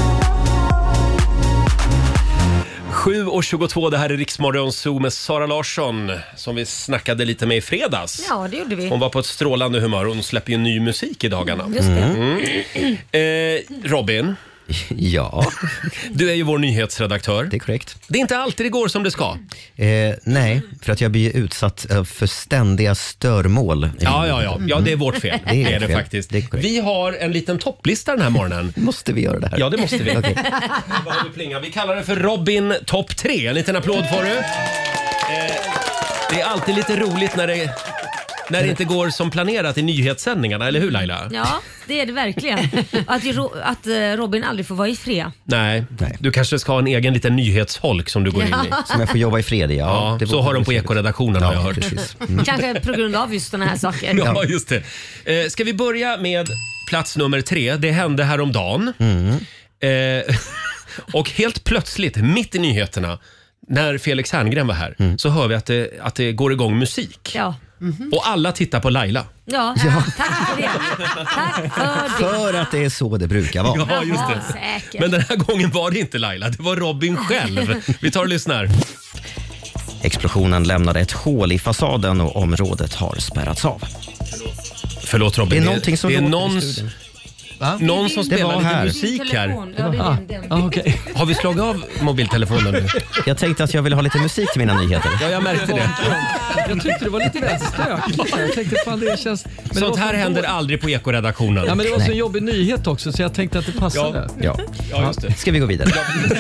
sju och tjugotvå, det här är Rix Morgon Zoo med Sara Larsson som vi snackade lite med i fredags. Ja, det gjorde vi. Hon var på ett strålande humör. Hon släpper ju ny musik i dagarna. Just det. Mm. Eh, Robin, Ja, du är ju vår nyhetsredaktör. det är korrekt. Det är inte alltid det går som det ska. Eh, nej, för att jag blir utsatt eh, för ständiga störmål. Ja, ja, ja. Ja, det är vårt fel. Det är Det är ert det fel. faktiskt. Det är korrekt. Vi har en liten topplista den här morgonen. Måste vi göra det här? Ja, det måste vi. Okej. Vad har vi plingat? Vi kallar det för Robin topp tre. En liten applåd får du. Eh, det är alltid lite roligt när det, när det inte går som planerat i nyhetssändningarna, eller hur Laila? Ja, det är det verkligen. Att, Ro- att eh, Robin aldrig får vara i fred. Nej. Nej. Du kanske ska ha en egen liten nyhetsholk som du går in i. Som jag får jobba i fred i, ja. Ja, det så vore har de på trevligt. Ekoredaktionen har jag Ja, hört. precis. Mm. Kanske på grund av just såna här saker. Ja, just det. Eh, ska vi börja med plats nummer tre? Det hände häromdagen. Eh, och helt plötsligt, mitt i nyheterna, när Felix Herngren var här, så hör vi att det, att det går igång musik. Ja. Och alla tittar på Laila. Ja, tack för det. Tack för det. För att det är så det brukar vara. Ja, just det. Ja, säkert. Men den här gången var det inte Laila, det var Robin själv. Vi tar och lyssnar. Explosionen lämnade ett hål i fasaden och området har spärrats av. Förlåt Robin, Det är någonting som det är låter i någon, studion. någon som Det spelar var lite här. musik här. Telefon. Ja, det är den, den. Ah, okej. Har vi slagit av mobiltelefonen nu? Jag tänkte att jag ville ha lite musik till mina nyheter. Ja, jag märkte det. Jag tyckte det var lite väl stökigt. Jag tänkte fan det känns... Men det Sånt var här så händer dåligt. aldrig på Ekoredaktionen. Ja, men det var så en jobbig nyhet också så jag tänkte att det passade. Ja. Ja, just det. Ska vi gå vidare?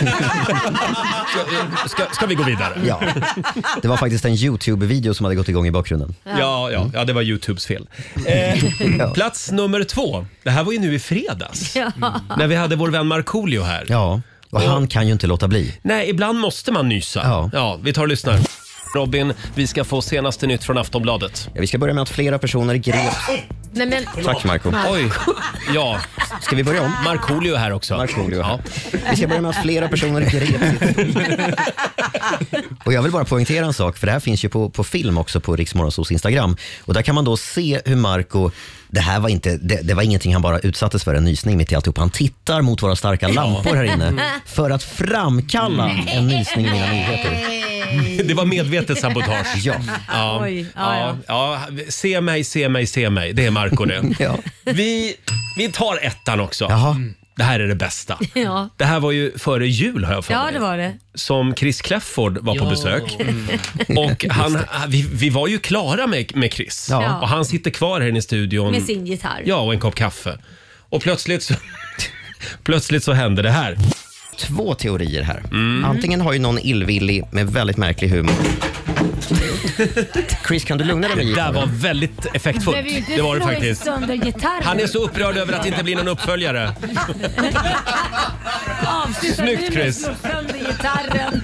Ska, ska vi gå vidare? Ja. Det var faktiskt en YouTube-video som hade gått igång i bakgrunden. Ja, ja, ja, det var YouTubes fel. Eh, plats nummer två. Det här var ju nu i fredags. Ja. När vi hade vår vän Markoolio här. Ja, och han kan ju inte låta bli. Nej, ibland måste man nysa. Ja. Ja. vi tar och lyssnar. Robin, vi ska få senaste nytt från Aftonbladet. Ja, vi ska börja med att flera personer greps. Nej, men, Tack Marco. Oj, ja. Ska vi börja om? Markoolio här också. Markoolio här. Ja. Vi ska börja med att flera personer greps. Och jag vill bara poängtera en sak, för det här finns ju på, på film också på Rix Morgonzoos Instagram. Och där kan man då se hur Marco, det här var inte, det, det var ingenting han bara utsattes för, en nysning mitt i alltihop. Han tittar mot våra starka lampor här inne för att framkalla en nysning i mina nyheter. Det var medvetet sabotage. Ja. Ja. Oj, ja, ja, ja. Se mig, se mig, se mig. Det är Marco det. Ja. Vi, vi tar ettan också. Jaha. Det här är det bästa. ja. Det här var ju före jul har jag för ja, mig. det var det. Som Chris Kläfford var på Ja. besök. Och han, vi, vi var ju klara med, med Chris. Ja. Och han sitter kvar här inne i studion. Med sin gitarr. Ja, och en kopp kaffe. Och plötsligt så, plötsligt så hände det här. Två teorier här. Antingen har ju någon illvillig med väldigt märklig humor. Chris, kan du lugna dig med Det där gitarren? var väldigt effektfullt. Behöver ju inte Det var det slå faktiskt. sönder gitarren. Han är så upprörd över att det inte blir någon uppföljare. Avsluta Snyggt, nu med Chris. att slå sönder gitarren.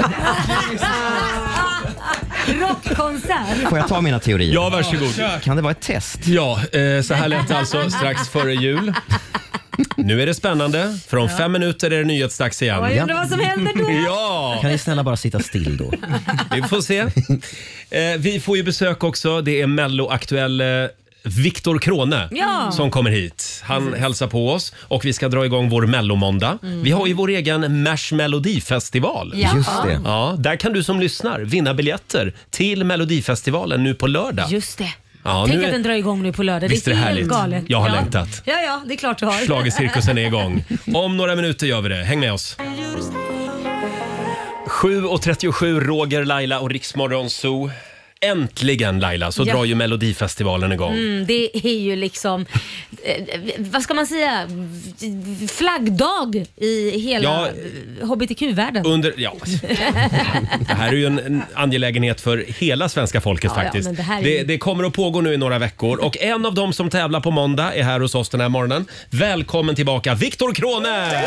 Rockkonsert. Får jag ta mina teorier? Ja, varsågod. Kan det vara ett test? Ja, eh, så här lät det alltså strax före jul. Nu är det spännande, för om fem minuter är det nyhetsdags igen. Jag undrar vad som händer då. Ja! Kan ni snälla bara sitta still då? Vi får se. Eh, vi får ju besök också. Det är Mello-aktuell eh, Viktor Krone Ja. som kommer hit. Han hälsar på oss och vi ska dra igång vår Mellomåndag. Mm. Vi har ju vår egen Mash Melodifestival. Ja. Just det. Ja, där kan du som lyssnar vinna biljetter till Melodifestivalen nu på lördag. Just det. Ja, Tänk nu att är- den drar igång nu på lördag. Visst det är är det helt härligt? galet. Jag har ja. längtat. Ja, ja, det är klart du har. Schlagercirkusen är igång. Om några minuter gör vi det. Häng med oss. sju och trettiosju, Roger, Laila och Riksmorgon Zoo. Äntligen Laila, så Ja. drar ju Melodifestivalen igång. Mm, det är ju liksom, eh, vad ska man säga, flaggdag i hela Ja. H B T Q-världen. Under, ja. Det här är ju en, en angelägenhet för hela svenska folket Ja, ja, faktiskt. men det här är det, ju- det kommer att pågå nu i några veckor och en av dem som tävlar på måndag är här hos oss den här morgonen. Välkommen tillbaka, Viktor Krone!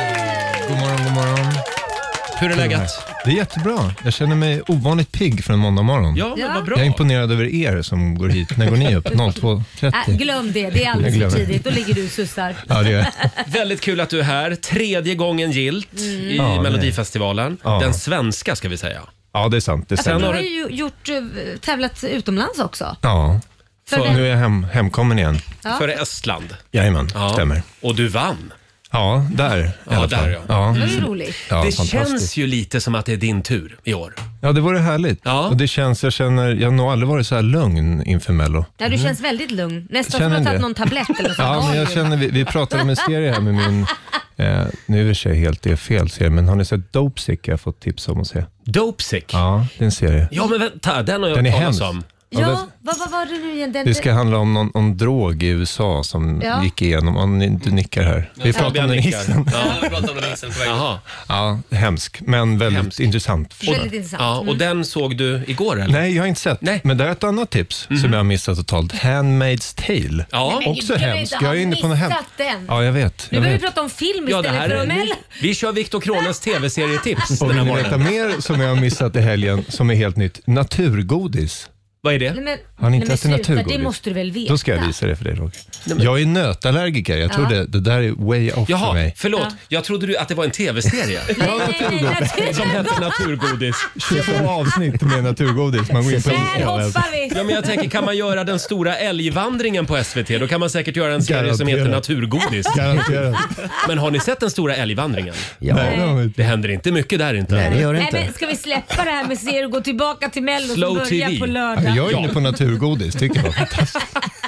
God morgon, god morgon. Hur är läget? Det är jättebra. Jag känner mig ovanligt pigg för en måndag morgon. Ja, men vad bra. Jag är imponerad över er som går hit. När går ni upp? två trettio? Äh, glöm det, det är Jag alldeles för glömmer. tidigt. Då ligger du och sussar. Ja, det är Väldigt kul att du är här. Tredje gången gilt i Ja, det är- Melodifestivalen. Ja. Den svenska ska vi säga. Ja, det är sant. Det Alltså, du stämmer. har ju gjort, eh, tävlat utomlands också. Ja. För För det- nu är jag hem, hemkommen igen. Ja. För Estland. Jajamän, Ja. stämmer. Och du vann. Ja, där i Ja, alla fall. där, ja. Ja. Det var ju roligt. Ja, det fantastiskt. känns ju lite som att det är din tur i år. Ja, det vore härligt. Ja. Och det känns, jag känner, jag har nog aldrig varit så här lugn inför Mello. Ja, du känns väldigt lugn. Nästan som Känner att du har det? tagit någon tablett eller så. Ja, men jag känner, vi, vi pratade om en serie här med min, eh, nu är det i och för sig helt det är fel serie, men har ni sett Dopesick? Jag har fått tips om att se. Dopesick? Ja, det är en serie. Ja, men vänta, den har jag Den är hört talas hemsk. om. Ja, Ja, det- vad, vad var det nu igen? Den, Det ska handla om någon om drog i U S A som Ja. gick igenom, om ni, du nickar här. Vi pratar om Fabian den nickar. hissen. Ja. Vi pratar om den hissen på väg. Jaha. Ja, hemsk, men väldigt Hemsk. intressant. Väldigt intressant. Ja, och Mm. den såg du igår eller? Nej, jag har inte sett. Nej. Men det är ett annat tips som jag har missat totalt. Handmaid's Tale. Ja. Men Också du kan väl hemskt. inte Jag är ha inne på något missat hemskt. den. Ja, jag vet. Nu Jag behöver vet. vi prata om film Ja, det istället här för är, om Mel. vi kör Viktor Krones tv-serietips Och den vill här ni veta morgonen. mer som jag har missat i helgen som är helt nytt? Naturgodis. Vad är det? Nej, men, Har ni inte nej, men ätit sluta, naturgodis? det måste du väl veta? Då ska jag visa det för dig, Roger. Jag är nötallergiker. Jag tror Ja. det, det där är way off för Jaha, mig. förlåt. Ja. Jag trodde du att det var en tv-serie. Nej, nej, nej, nej, Som hette Naturgodis. tjugotvå avsnitt med naturgodis. Man går in på Där hoppar vi. Ja, men jag tänker, kan man göra den stora älgvandringen på S V T? Då kan man säkert göra en serie som heter Garanterat. Naturgodis. Garanterat. Men har ni sett den stora älgvandringen? Ja. Nej, det har vi inte. Det händer inte mycket där inte. Nej, det gör det Nej, inte. men ska vi släppa det här med serier och gå tillbaka till Mello som Slow börjar T V. på Ja, lördag? jag är inne Ja. på naturgodis. Tycker jag var fantastiskt.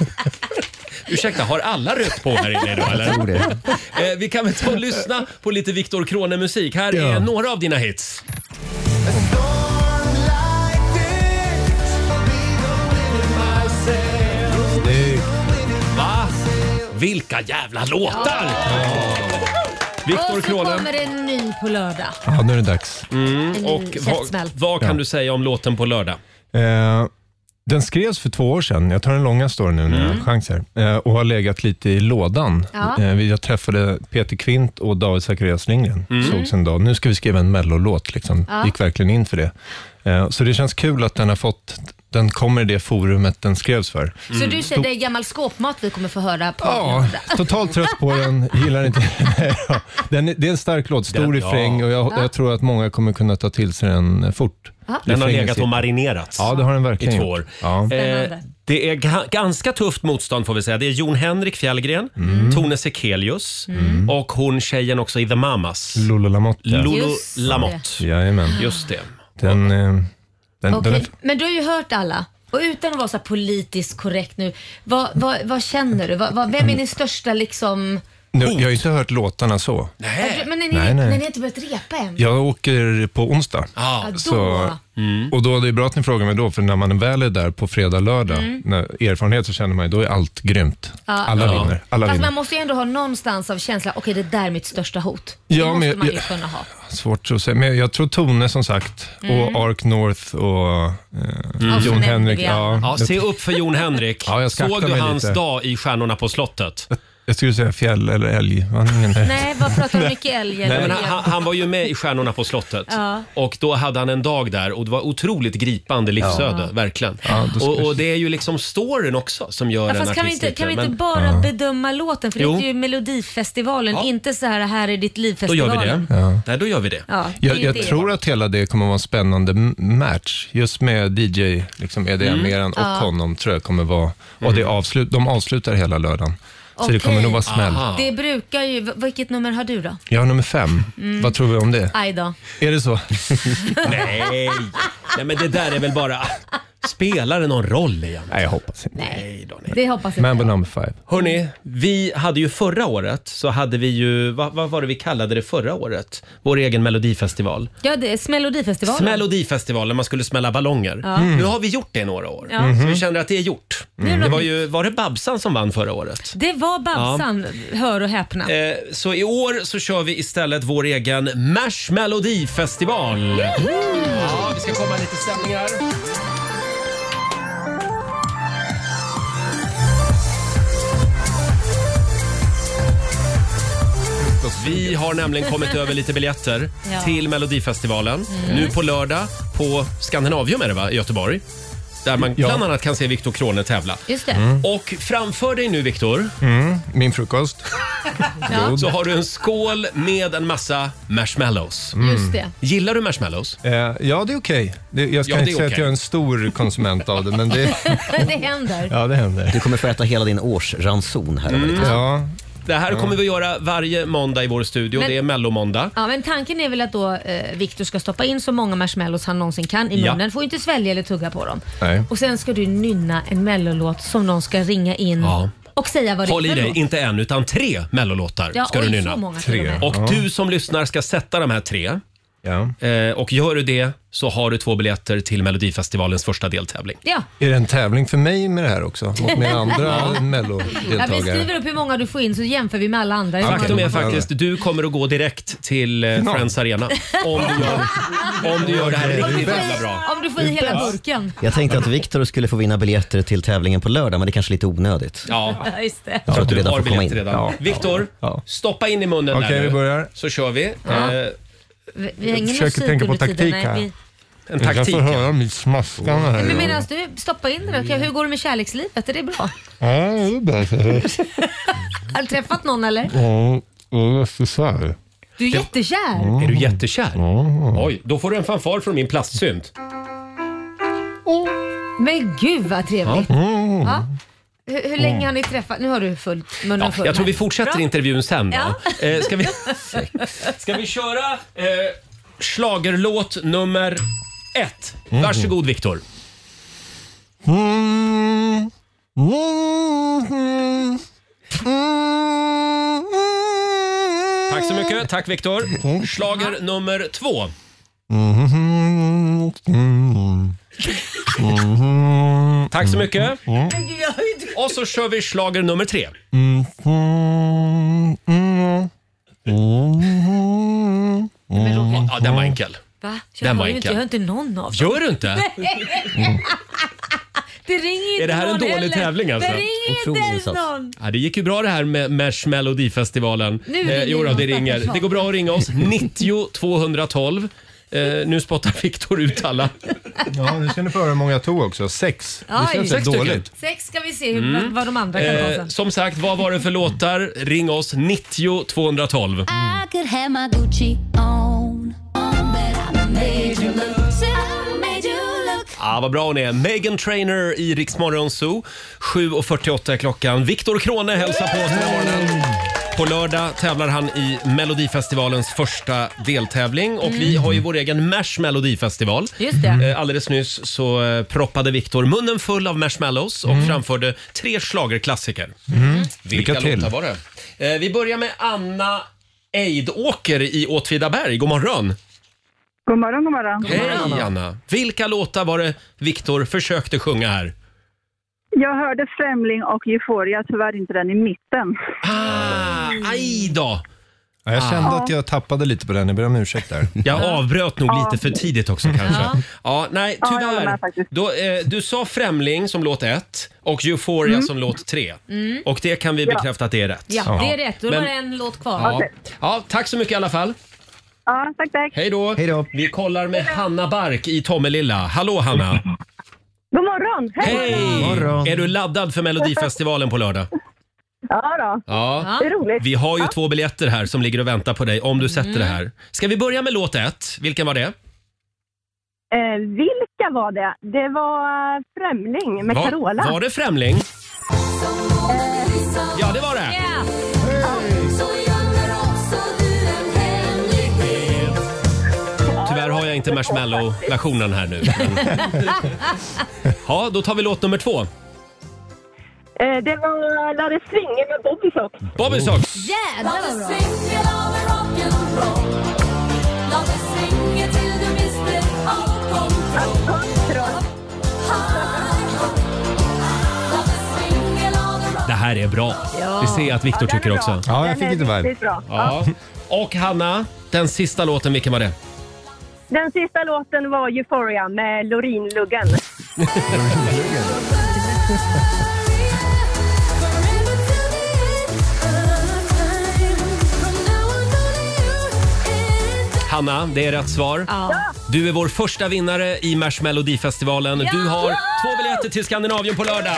Ursäkta, har alla rött på här inne idag eller? Jag tror det. Eh, vi kan väl ta och lyssna på lite Viktor Krone-musik. Här Ja. är några av dina hits. Snyggt. Va? Vilka jävla låtar! Viktor Och så Krone. kommer en ny på lördag. Ja, nu är det dags. Mm, En och ny vad, käftsmäll. vad kan Ja. du säga om låten på lördag? Eh, den skrevs för två år sedan. Jag tar den långa storyn nu när jag har chans här. Eh, och har legat lite i lådan. Ja. Eh, jag träffade Peter Kvint och David Zacharias Lindgren. Sågs en dag. Nu ska vi skriva en mellolåt. Liksom. Ja. Gick verkligen in för det. Eh, så det känns kul att den har fått... Den kommer i det forumet den skrevs för. Så du säger det är gammal skåpmat vi kommer få höra på Ja, lördag? totalt trött på den. Gillar inte. Ja, den, är- det är en stark låt, stor Den- refräng och jag, Ja. jag tror att många kommer kunna ta till sig den eh, fort. Ja. Den har Refrängen legat sitter. och marinerats Ja, det har den i verkligen två gjort. år. Ja. Eh, Spännande. det är ga- ganska tufft motstånd får vi säga. Det är Jon Henrik Fjällgren, Mm. Tone Sekelius och hon tjejen också i The Mamas. Lolo Lamotte. ja. Lolo Just det. Lamotte. Jajamän. Just det. Den, eh, den, den Okej, är, men du har ju hört alla. Och utan att vara så här politiskt korrekt nu, vad, vad, vad känner du? Vad, vad, vem är din största liksom... nu, jag har inte hört låtarna så. Nej. Men när ni, Nej, nej. när ni inte börjat repa än? Jag åker på onsdag. Ja. Ja, då. Så, och då är det bra att ni frågar mig då, för när man väl är där på fredag, lördag, Mm. när erfarenhet så känner man ju, då är allt grymt. Ja. Alla Ja. vinner. Alla Fast vinner. man måste ju ändå ha någonstans av känsla, okej det där är mitt största hot. Ja, det måste men- man ju ja. kunna ha. Svårt att säga, men jag tror Tone som sagt, Mm. och Ark North och eh, Ja, så Jon nämnde Henrik. vi Ja, alla. Ja, se upp för Jon Henrik. Ja, jag ska Såg akta du mig hans lite. dag i Stjärnorna på slottet? Jag skulle säga fjäll eller älg. Nej, vad pratar du mycket älg? Nej, men han, han var ju med i Stjärnorna på slottet. Ja. Och då hade han en dag där och det var otroligt gripande livsöde, Ja. verkligen. Ja, och, och det är ju liksom storyn också som gör Ja, en fast artist kan vi inte, kan vi inte men- bara Ja. bedöma låten? För Jo. det är ju Melodifestivalen, Ja. inte så här, här är ditt Då liv-festivalen. gör vi det. Ja. Nej, då gör vi det. Ja, det är Jag, jag det. tror att hela det kommer vara en spännande m- match. Just med D J, liksom E D M-eran och Ja. honom tror jag kommer vara. Och det avslut, de avslutar hela lördagen. Så det Okej. kommer nog vara smäll. Aha. Det brukar ju... v- Vilket nummer har du då? Jag har nummer fem. Mm. Vad tror vi om det? Aj då. Är det så? Nej. Nej, men det där är väl bara... Spelar det någon roll igen? Nej, jag hoppas inte. Nej då, nej. Det hoppas jag. Mambo number five. Hörrni, vi hade ju förra året så hade vi ju, vad, vad var det vi kallade det förra året? Vår egen melodifestival. Ja, det är Smelodifestivalen. Smelodifestivalen, man skulle smälla ballonger. Ja. Mm. Nu har vi gjort det i några år. Ja. Så vi känner att det är gjort. Det är Det något var ju, var det Babsan som vann förra året? Det var Babsan, hör och häpna. Eh, så i år så kör vi istället vår egen Mash Melodifestival. Ja, vi ska komma lite stämning här. Vi har nämligen kommit över lite biljetter Ja. till Melodifestivalen. Mm. Nu på lördag på Skandinavium är det va, i Göteborg. Där man Ja. bland annat kan se Viktor Krone tävla. Just det. Mm. Och framför dig nu Viktor, Mm, min frukost. Ja. så har du en skål med en massa marshmallows. Just det. Gillar du marshmallows? Eh, ja, det är okej. Det, jag ska Ja, det inte är säga okej. att jag är en stor konsument av det, men det, Det händer. ja, det händer. Du kommer få äta hela din årsranson här. om lite. Ja, Det här kommer vi göra varje måndag i vår studio. Men- Det är mellomåndag. Ja, men tanken är väl att då eh, Victor ska stoppa in så många marshmallows han någonsin kan i Ja. munnen. Får inte svälja eller tugga på dem. nej. Och sen ska du nynna en mellolåt som någon ska ringa in Ja. och säga vad det Håll är i för dig, låt. inte en utan tre mellolåtar Ja, ska oj, du så nynna. många till och Tre. med. Och Ja. du som lyssnar ska sätta de här tre. Ja. Eh, och gör du det så har du två biljetter till Melodifestivalens första deltävling. Ja. Är det en tävling för mig med det här också? Mot mina andra Ja, vi mellodeltagare? skriver upp hur många du får in så jämför vi med alla andra. Faktum är Ja. faktiskt du kommer att gå direkt till eh, Final. Friends Arena om du gör, om du gör det här riktigt jävla bra. Om du får i hela burken. Jag tänkte att Viktor skulle få vinna biljetter till tävlingen på lördag, men det är kanske lite onödigt. Ja, Ja, just det. Jag tror att du du redan har får komma biljetter in. redan. Ja. Viktor, Ja. stoppa in i munnen Okej, där vi nu. börjar. Så kör vi. Ja. Eh, Vi, vi har ingen försöker musik tänka på under tiden. taktik Nej, här. vi... en Jag taktik. får höra mitt smaskande här. Men medan du stoppar in det då, hur går det med kärlekslivet? Är det bra? Ja, det är bättre. Har du träffat någon eller? Ja, jag är så kär. Du är jättekär. Är du jättekär? Oj, då får du en fanfar från min plastsynt. Men gud vad trevligt. Ja. Hur, hur länge har ni träffat? Nu har du full, munnen Ja, full. jag tror vi här. fortsätter Bra. intervjun sen. Ja. Då. Eh, ska, vi, ska vi köra eh, schlagerlåt nummer ett? Varsågod Viktor. Mm. Tack så mycket. Tack Viktor. Schlager nummer två. Tack så mycket. Och så kör vi schlager nummer tre. Ja, den var enkel. Va? Jag Den var hör ju inte, enkel. jag hör inte någon av dem. Gör du inte? Det ringer inte Är det här en någon dålig heller. tävling alltså? Det ringer Otrolig inte ens insats. någon. Ja, det gick ju bra det här med Mesh Melodifestivalen. Nu ringer jo då, någon det ringer. stackars Det går bra att ringa oss. nittio tvåhundratolv. Eh, nu spottar Viktor ut alla. Ja, nu ska ni få höra hur många jag tog också. Sex. Oj. Det känns Sex rätt stycken. dåligt. Sex ska vi se hur, vad de andra kan ta Eh, sen. som sagt, vad var det för låtar? Ring oss nittio tvåhundratolv. I could have my Gucci on, but I made you look, so I made you look. Ja, vad bra hon är. Megan Trainor i Rix Morgon Zoo. sju och fyrtioåtta är klockan. Viktor Krone hälsar på oss den här morgonen. På lördag tävlar han i Melodifestivalens första deltävling och vi har ju vår egen Mash Melodifestival. Just det. Eh, Alldeles nyss så eh, proppade Viktor munnen full av marshmallows och framförde tre schlagerklassiker. Vilka Lycka till. låtar var det? Eh, Vi börjar med Anna Eidåker i Åtvidaberg. God morgon! God morgon, god morgon. Hej Anna! Vilka låtar var det Viktor försökte sjunga här? Jag hörde Främling och Euphoria, tyvärr inte den i mitten. Ah, aj då! Ja, jag kände Ah. att jag tappade lite på den. Jag ber om ursäkt där. Jag avbröt nog Ja. lite för tidigt också kanske. Ja. Ja, nej, Ja, jag håller tyvärr. med faktiskt. Då, eh, du sa Främling som låt ett och Euphoria Mm. som låt tre. Mm. Och det kan vi Ja. bekräfta att det är rätt. Ja, det är rätt. Då är det Men- bara en låt kvar. Ja. Ja, tack så mycket i alla fall. Ja, tack, tack. Hej då. Hej då. Vi kollar med Hanna Bark i Tomelilla. Hallå Hanna. God morgon. Hej! Är du laddad för Melodifestivalen på lördag? Ja då. Ja. Det är roligt. Vi har ju Ja. två biljetter här som ligger och väntar på dig om du sätter Mm. det här. Ska vi börja med låt ett? Vilken var det? Eh, vilka var det? Det var eh, Främling med Var, Carola. var det Främling? Ja, det var det. Tyvärr har jag inte Marshmallow-versionen här nu. Men... Ja, då tar vi låt nummer två. Eh, det var La det svinga med Bobby Sox. Bobby Sox. Jävlar vad bra. Det här är bra. Ja. Det ser jag att Viktor Ja, den är tycker bra. också. Ja, jag Den fick är lite vibe. riktigt bra. Ja. Och Hanna, den sista låten, vilken var det? Den sista låten var Euphoria med Loreen-luggen. Hanna, det är rätt svar. Ja. Du är vår första vinnare i Melodifestivalen. Ja. Du har två biljetter till Skandinavien på lördag.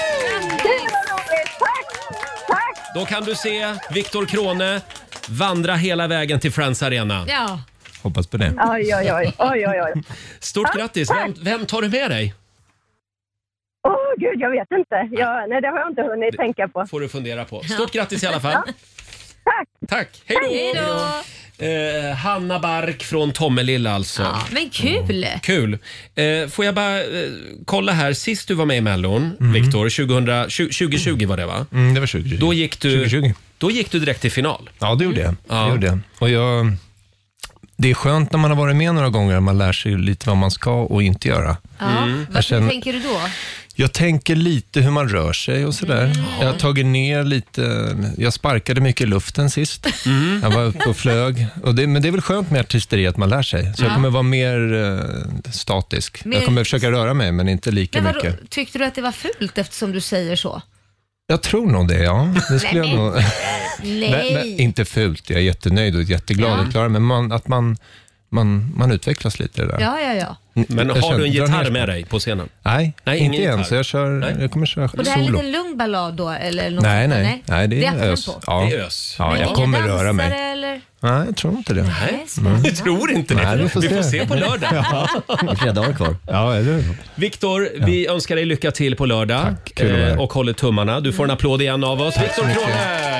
Då kan du se Viktor Krone vandra hela vägen till Friends Arena. Ja. Hoppas på det. Oj, oj, oj. oj, oj, oj. Stort Ja, grattis. tack. Vem, vem tar du med dig? Åh, gud, jag vet inte. Jag, nej, det har jag inte hunnit tänka på. Får du fundera på. Stort grattis i alla fall. Tack. Tack. Hej då. Hej då. Eh, Hanna Bark från Tomelilla alltså. Ja, men kul. Kul. Eh, får jag bara eh, kolla här. Sist du var med i Mellon, Viktor, tjugo tjugo tjugo var det va? Mm, det var tjugo tjugo. Då gick du, tjugo tjugo. då gick du direkt till final. Ja, det gjorde jag. Ja. Det gjorde jag. Och jag. Det är skönt när man har varit med några gånger. Man lär sig lite vad man ska och inte göra. Ja. Mm. Vad Jag känner- tänker du då? Jag tänker lite hur man rör sig och sådär. Mm. Jag har tagit ner lite, jag sparkade mycket i luften sist. Mm. Jag var uppe och flög. Och det, men det är väl skönt med artisteri att man lär sig. Så Ja. jag kommer vara mer eh, statisk. Mer- Jag kommer försöka röra mig men inte lika Men vadå, mycket. tyckte du att det var fult eftersom du säger så? Jag tror nog det, ja. Det skulle Nej, jag nog... Nej. Men, men, inte fult, jag är jättenöjd och jätteglad Ja. att klara men man, att man, man, man utvecklas lite i det där. Ja, ja, ja. Men Jag har känner- du en dra gitarr ner- med dig på scenen? Nej, Nej, inte ingen än. gitarr. Så jag, kör, Nej. jag kommer köra Och det här är en solo. liten lugn ballad då? Eller något Nej, sånt, nej, nej. Det är afton ös. på. Ja. Det är ös. Ja, Men jag inga kommer röra mig. dansare, Eller? Nej, jag tror inte det. Nej, spännande. Du tror inte det? Nej, vi får vi får se. se på lördag. Det är flera dagar kvar. Ja, eller hur? Viktor, vi önskar dig lycka till på lördag. Tack, kul att vara här. och håller tummarna. Du får en applåd igen av oss. Viktor Krone!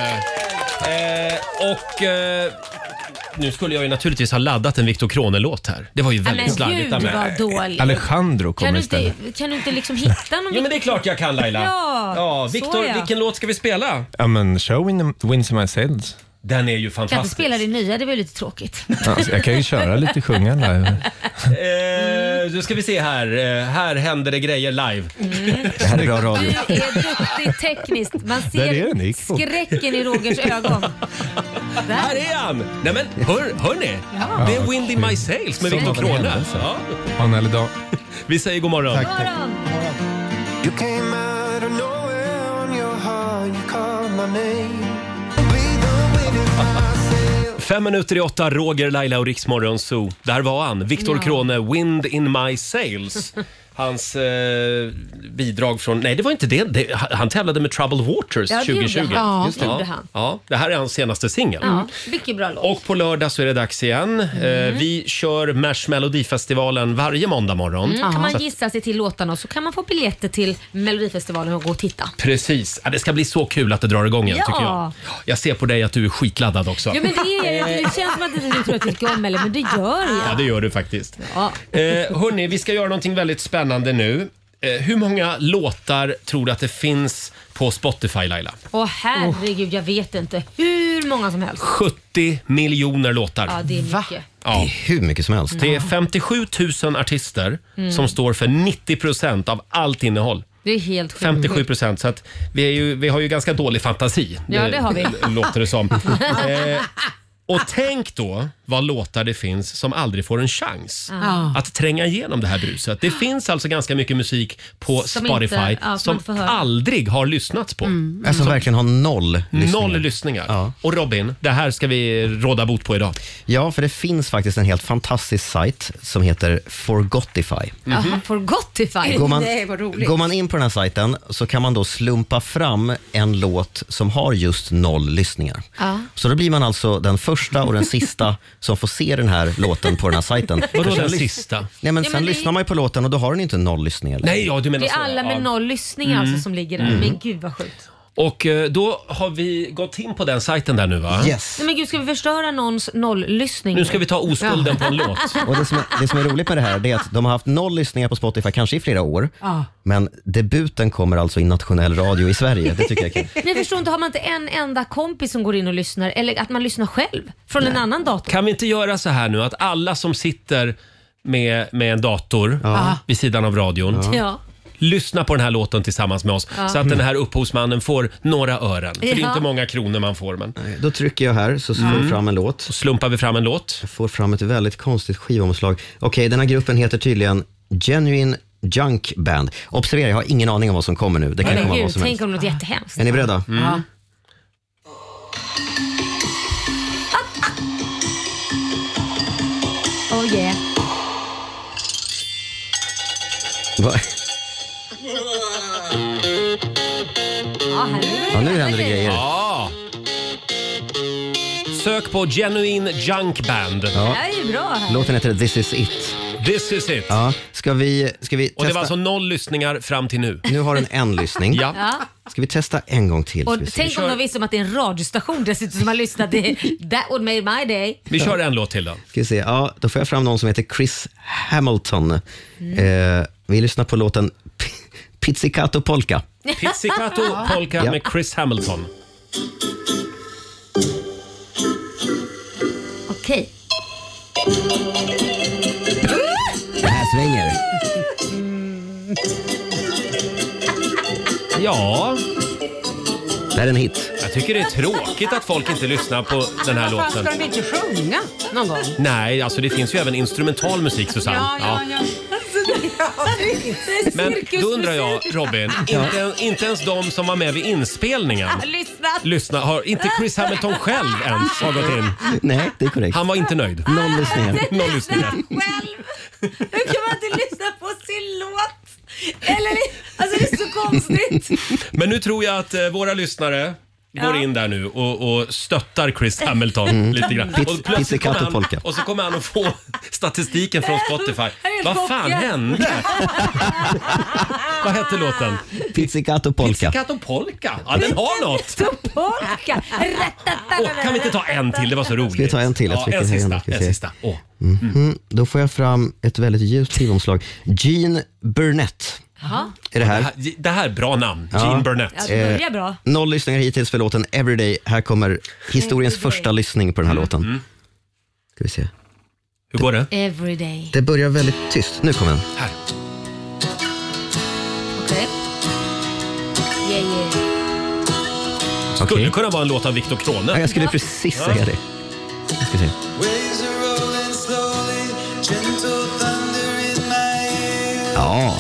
Eh, och eh, nu skulle jag ju naturligtvis ha laddat en Viktor Krone-låt här. Det var ju Ja, väldigt men slarvigt gud av mig. vad dåligt. Alejandro Kan kommer du, istället. inte, kan du inte liksom hitta någon? Jo men det är klart jag kan Laila. Ja, ja så Viktor, ja. vilken låt ska vi spela? Ja, men Show in the Winds in My Sails. Den är ju Kan inte fantastisk. spela det nya, det var ju lite tråkigt. Alltså, jag kan ju köra lite sjunga live. Eh, då ska vi se här. Eh, här händer det grejer live. Det här är bra radio. Du är duktig tekniskt. Man Där är ser den, det gick fort. skräcken i Rogers ögon. Här är han! Nej men hör, hör ni? Ja. Det är Wind in My Sails med Så Viktor var det Krone. händelse. Ja. Ha en härlig dag. Vi säger god morgon. Tack. You came out of nowhere on your heart, you called my name. Fem minuter i åtta, Roger, Laila och Riksmorgon Zoo. Där var han, Viktor Ja. Krone, Wind in My Sails. Hans eh, bidrag från... Nej, det var inte det. det han tävlade med Troubled Waters Ja, det gjorde tjugo tjugo. han. Just det gjorde han. Ja, det här är hans senaste singel. Ja, mycket bra låt. Och på lördag så är det dags igen. Eh, vi kör Mash Melodifestivalen varje måndag morgon. Mm, kan Så man att- gissa sig till låtarna och så kan man få biljetter till Melodifestivalen och gå och titta. Precis. Ja, det ska bli så kul att det drar igång igen Ja. tycker jag. Jag ser på dig att du är skitladdad också. Ja, men det, är, det känns som att du tror att jag tycker om eller men det gör jag. Ja, det gör du faktiskt. Ja. Eh, hörni, vi ska göra någonting väldigt spännande nu. Eh, hur många låtar tror du att det finns på Spotify, Laila? Åh herregud, jag vet inte. Hur många som helst. sjuttio miljoner låtar. Ja, det är mycket. Ja. Det är hur mycket som helst. Det är femtiosju tusen artister Mm. som står för nittio procent av allt innehåll. Det är helt sjukt. femtiosju procent, så att vi, är ju, vi har ju ganska dålig fantasi. Ja, det har vi. Låter det som. Eh, Och tänk då vad låtar det finns som aldrig får en chans Ah. att tränga igenom det här bruset. Det finns alltså ganska mycket musik på Som Spotify inte- ja, som som inte får höra. aldrig har lyssnats på. Mm. Alltså verkligen har noll lyssningar. Noll lyssningar. Ja. Och Robin, det här ska vi råda bot på idag. Ja, för det finns faktiskt en helt fantastisk sajt som heter Forgotify. Jaha, Forgotify. Går man, Nej, vad roligt. går man in på den här sajten så kan man då slumpa fram en låt som har just noll lyssningar. Ja. Så då blir man alltså den första och den sista som får se den här låten på den här sajten. Vadå För den sen lys- sista? Nej, men Ja, sen men det- lyssnar man ju på låten och då har den inte noll lyssningar. Nej, ja, du menar Det är så. alla med Ja. noll lyssningar alltså som ligger där. Men gud vad sjukt. Och eh, då har vi gått in på den sajten där nu, va? Yes. Nej men gud, ska vi förstöra någons noll-lyssning? Nu ska vi ta oskulden på en låt. Och det som, är, det som är roligt med det här det är att de har haft noll lyssningar på Spotify kanske i flera år. Ja. Men debuten kommer alltså i nationell radio i Sverige. Det tycker jag är kul. Men jag förstår inte, har man inte en enda kompis som går in och lyssnar? Eller att man lyssnar själv från en annan dator? Kan vi inte göra så här nu att alla som sitter med, med en dator Ja. vid sidan av radion Ja. lyssna på den här låten tillsammans med oss Ja. så att den här upphovsmannen får några ören. För det är Ja. inte många kronor man får. Men... Då trycker jag här så får vi fram en låt. Så slumpar vi fram en låt. Jag får fram ett väldigt konstigt skivomslag. Okej, den här gruppen heter tydligen Genuine Junk Band. Observera, jag har ingen aning om vad som kommer nu. Det kan Men komma gud, vad som tänk helst. om något jättehemskt. Är ni beredda? Ja. Oh yeah. Va? Ja, här Ja, nu händer det grejer. Ja. Sök på Genuine Junk Band. Det här är ju bra här. Låten heter This Is It. This is it. Ja, ska vi, ska vi testa? Och det var alltså noll lyssningar fram till nu. Nu har den en lyssning. Ja. Ja. Ska vi testa en gång till? Och Ska vi se. tänk om de visste om att det är en radiostation dessutom som har lyssnat. Det, that would made my day. Vi kör en låt till då. Ska vi se. Ja, då får jag fram någon som heter Chris Hamilton. Eh, vi lyssnar på låten P- Pizzicato Polka. Pizzicato Polka Ja. med Chris Hamilton. Okej. Det här svänger. Ja, Det här är en hit. jag tycker det är tråkigt att folk inte lyssnar på den här Vad fan, låten. ska de inte sjunga någon gång? Nej, alltså det finns ju även instrumental musik, Susanne. Ja, ja, ja. Men då undrar jag, Robin, inte, inte ens de som var med vid inspelningen Lyssna. lyssna, har inte Chris Hamilton själv ens har gått in? Nej, det är korrekt. Han var inte nöjd. Noll lyssningar. Noll lyssningar. Själv. Hur kan man inte lyssna på sin låt? Eller, alltså det är så konstigt. Men nu tror jag att eh, våra lyssnare går Ja. in där nu och, och stöttar Chris Hamilton lite grann. Piz- Och plötsligt pizzicato kommer han, polka. och så kommer han att få statistiken från Spotify. helt Vad fan chockad. hände? Vad hette låten? Pizzicato Polka. Pizzicato Polka. Ja, den har något. Så polka. Åh, kan vi inte ta en till? Det var så roligt. Ska vi ta en till? Jag Ja, trycker en här sista. igen, ska vi En se. sista. Åh. Mhm. Då får jag fram ett väldigt ljust skivomslag. Gene Burnett Jaha. är det Det här. här, det här är bra namn. Ja. Gene Burnett. Ja, det börjar bra. Noll lyssningar hittills för låten Everyday. Här kommer historiens Everyday. första lyssning på den här låten. Ska vi se. Hur går det? Everyday. Det börjar väldigt tyst. Nu kommer den. Här. Okej. Yeah, yeah. Skulle Okej. kunna vara en låt av Viktor Ja, Krone. jag skulle precis säga det. Jag ska se. Ja,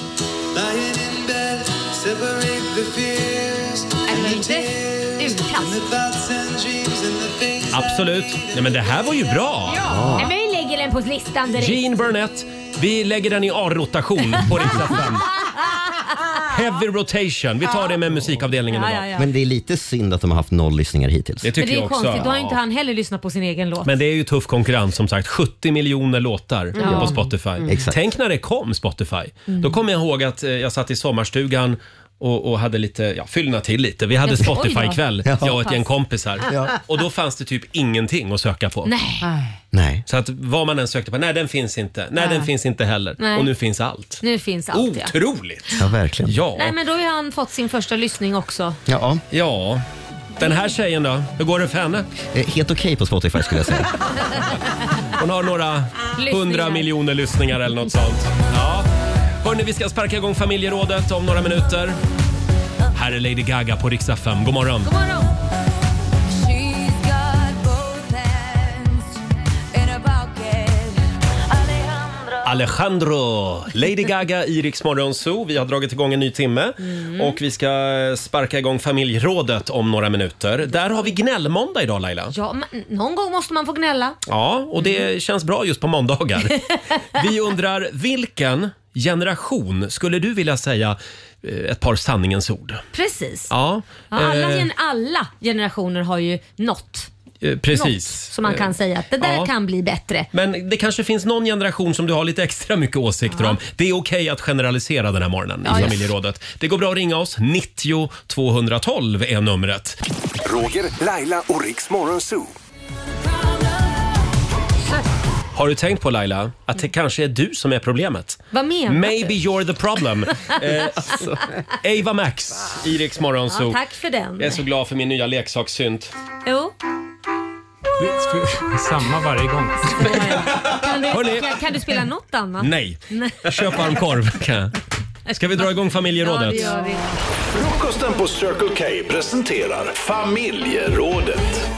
Är det inte utkast? Absolut. Nej, men det här var ju bra. Nej, men vi lägger den på listan direkt. Gene Burnett. Vi lägger den i A-rotation på Rix F M. Heavy rotation. Vi tar det med musikavdelningen Ja, idag. ja, ja. men det är lite synd att de har haft noll lyssningar hittills. Det Men tycker det är jag ju också. konstigt, då har ju inte Ja. han heller lyssnat på sin egen låt. Men det är ju tuff konkurrens som sagt. sjuttio miljoner låtar Ja. på Spotify. Exakt. Tänk när det kom Spotify. Då kommer jag ihåg att eh, jag satt i sommarstugan och, och hade lite, ja, fyllna till lite. Vi hade Oj då. Spotify-kväll, Ja. jag och ett gäng kompisar. Och då fanns det typ ingenting att söka på. Nej. Nej. Så att vad man än sökte på, nej den finns inte. Nej, den finns inte heller. Nej. Och nu finns allt. Nu finns allt, ja. Otroligt! Ja, verkligen. Ja. Nej, men då har han fått sin första lyssning också. Ja, Ja. Den här tjejen då? Hur går det för henne? eh, helt okej på Spotify skulle jag säga. Hon har några Lyssningar. hundra miljoner lyssningar eller något sånt. Ja. Hörrni, vi ska sparka igång familjerådet om några minuter. Här är Lady Gaga på Rix F M. God morgon. God morgon. Alejandro, Lady Gaga i Rix Morgon Zoo. Vi har dragit igång en ny timme Mm. och vi ska sparka igång familjerådet om några minuter. Där har vi gnällmåndag idag, Laila. Ja, men någon gång måste man få gnälla. Ja, och det känns bra just på måndagar. Vi undrar, vilken generation skulle du vilja säga eh, ett par sanningens ord? Precis. Ja, Ja, alla, eh, gen- alla generationer har ju nått. eh, precis. Något som man kan säga att det där Ja. kan bli bättre. Men det kanske finns någon generation som du har lite extra mycket åsikter Ja. om. Det är okej att generalisera den här morgonen Ja, i ja. familjerådet. Det går bra att ringa oss. nittio tvåhundratolv är numret. Roger, Laila och Rix Morgon Zoo. Har du tänkt på, Laila, att det kanske är du som är problemet? Vad menar Maybe du? you're the problem. eh, alltså, Ava Max i Rix Morgon Zoo. Ja, tack för den. Jag är så glad för min nya leksakssynt. Jo. Samma varje gång. Kan du, Hörrni. kan, kan du spela något annat? Nej, Nej. jag köper en korv. Kan jag. Ska vi dra igång familjerådet? Ja, det gör vi. Frukosten på Circle K presenterar familjerådet.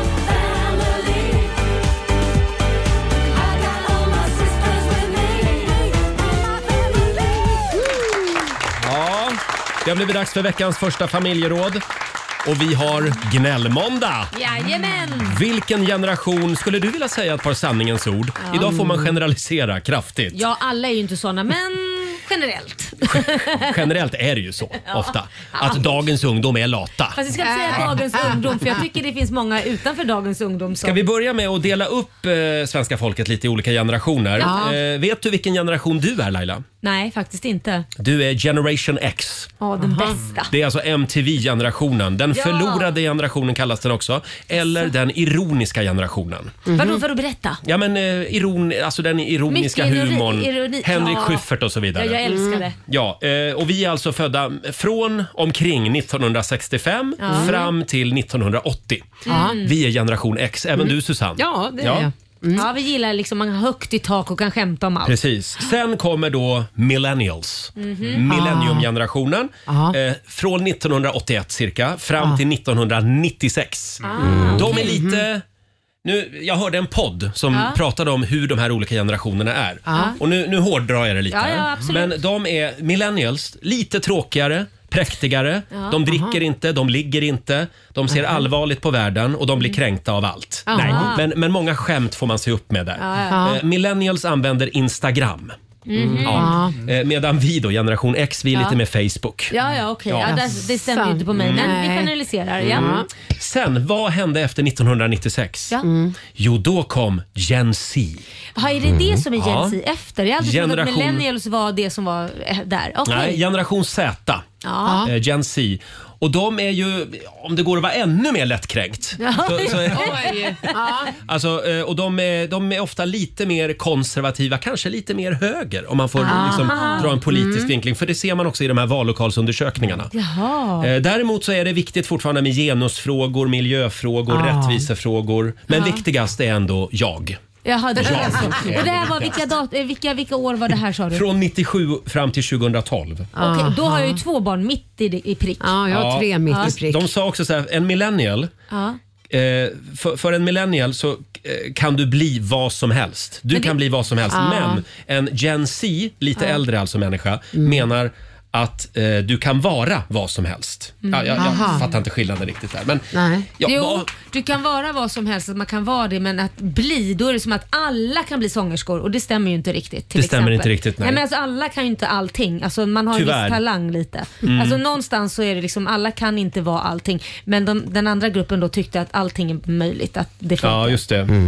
Ja, det har blivit dags för veckans första familjeråd. Och vi har gnällmåndag. Jajamän. Vilken generation skulle du vilja säga ett par sanningens ord? Ja. Idag får man generalisera kraftigt. Ja, alla är ju inte såna, men generellt. Generellt är det ju så Ja. ofta. Att dagens ungdom är lata. Fast jag ska inte säga dagens ungdom, för jag tycker det finns många utanför dagens ungdom som... Ska vi börja med att dela upp eh, svenska folket lite i olika generationer? Ja. Eh, vet du vilken generation du är, Laila? Nej, faktiskt inte. Du är Generation X. Ja, den bästa. Det är alltså M T V-generationen. Den Ja. förlorade generationen kallas den också. Eller den ironiska generationen. Vadå, vadå, berätta? Ja, men eh, iron, alltså den ironiska Mycket ironi- humorn. ironi- Henrik ja. Schyffert och så vidare. Ja, jag älskar det. Ja, eh, och vi är alltså födda från omkring nittonhundrasextiofem Ja. fram till nittonhundraåttio. Mm. Vi är generation X, även du Susanne. Ja, det är Ja. jag. Ja, vi gillar liksom man har högt i tak och kan skämta om allt. Precis. Sen kommer då millennials. Mhm. Millenniumgenerationen. Ah. Eh, från nittonhundraåttioett cirka fram Ah. till nittonhundranittiosex. Ah, De är okej. lite... Nu, jag hörde en podd som Ja. pratade om hur de här olika generationerna är. Ja. Och nu, nu hårdrar jag det lite. Ja, här. ja, absolut. Men de är millennials, lite tråkigare, präktigare. Ja. De dricker Aha. inte, de ligger inte. De ser allvarligt på världen och de blir kränkta av allt. Aha. Nej, men, men många skämt får man se upp med där. Ja, ja. Eh, millennials använder Instagram. Mhm. Ja. Eh, Medan vi då, generation X, vi är Ja. lite med Facebook. Ja, ja, okej. Ja. Ja. det, det stämmer ju inte på mig, men vi Nej. generaliserar. Ja. Mm. Sen, vad hände efter nittonhundranittiosex? Ja. Jo, då kom Gen Z. Ja, är det det som är Gen Ja. Z efter? Jag har alltid trott att Generation- millennials var det som var eh, där. Okej. Nej, generation Z. Ja. Eh, Gen Z. Och de är ju, om det går att vara ännu mer lättkränkt. Ja. Så, så, Oj. Ja. alltså, eh, och de är, de är ofta lite mer konservativa, kanske lite mer höger om man får Aha. liksom, dra en politisk Mm. vinkling. För det ser man också i de här vallokalsundersökningarna. Jaha. Eh, Däremot så är det viktigt fortfarande med genusfrågor, miljöfrågor, Ah. rättvisefrågor. Men Ja. viktigast är ändå jag. Jaha, det Ja. är så. Och det här var vilka, dat- eh, vilka, vilka år var det här sa du? Från nittiosju fram till tjugotolv. Okej, då har jag ju två barn mitt i, i prick. Ja, jag har tre mitt Ja. i prick. De sa också så här, en millennial, Ja. eh, för, för en millennial så eh, kan du bli vad som helst. Du Men det- kan bli vad som helst. Ja. Men en Gen Z, lite Ja. äldre alltså människa, Mm. menar att eh, du kan vara vad som helst. Mm. Ja, jag, jag Aha. fattar inte skillnaden riktigt där. Men, Nej. ja, jo, vad- du kan vara vad som helst, att man kan vara det, men att bli, då är det som att alla kan bli sångerskor och det stämmer ju inte riktigt. Till Det stämmer exempel. inte riktigt, nej. men alltså, alla kan ju inte allting. Alltså, man har ju Tyvärr. viss talang lite. Mm. Alltså, någonstans så är det liksom, alla kan inte vara allting. Men de, den andra gruppen då tyckte att allting är möjligt, att det funkar. Ja, just det.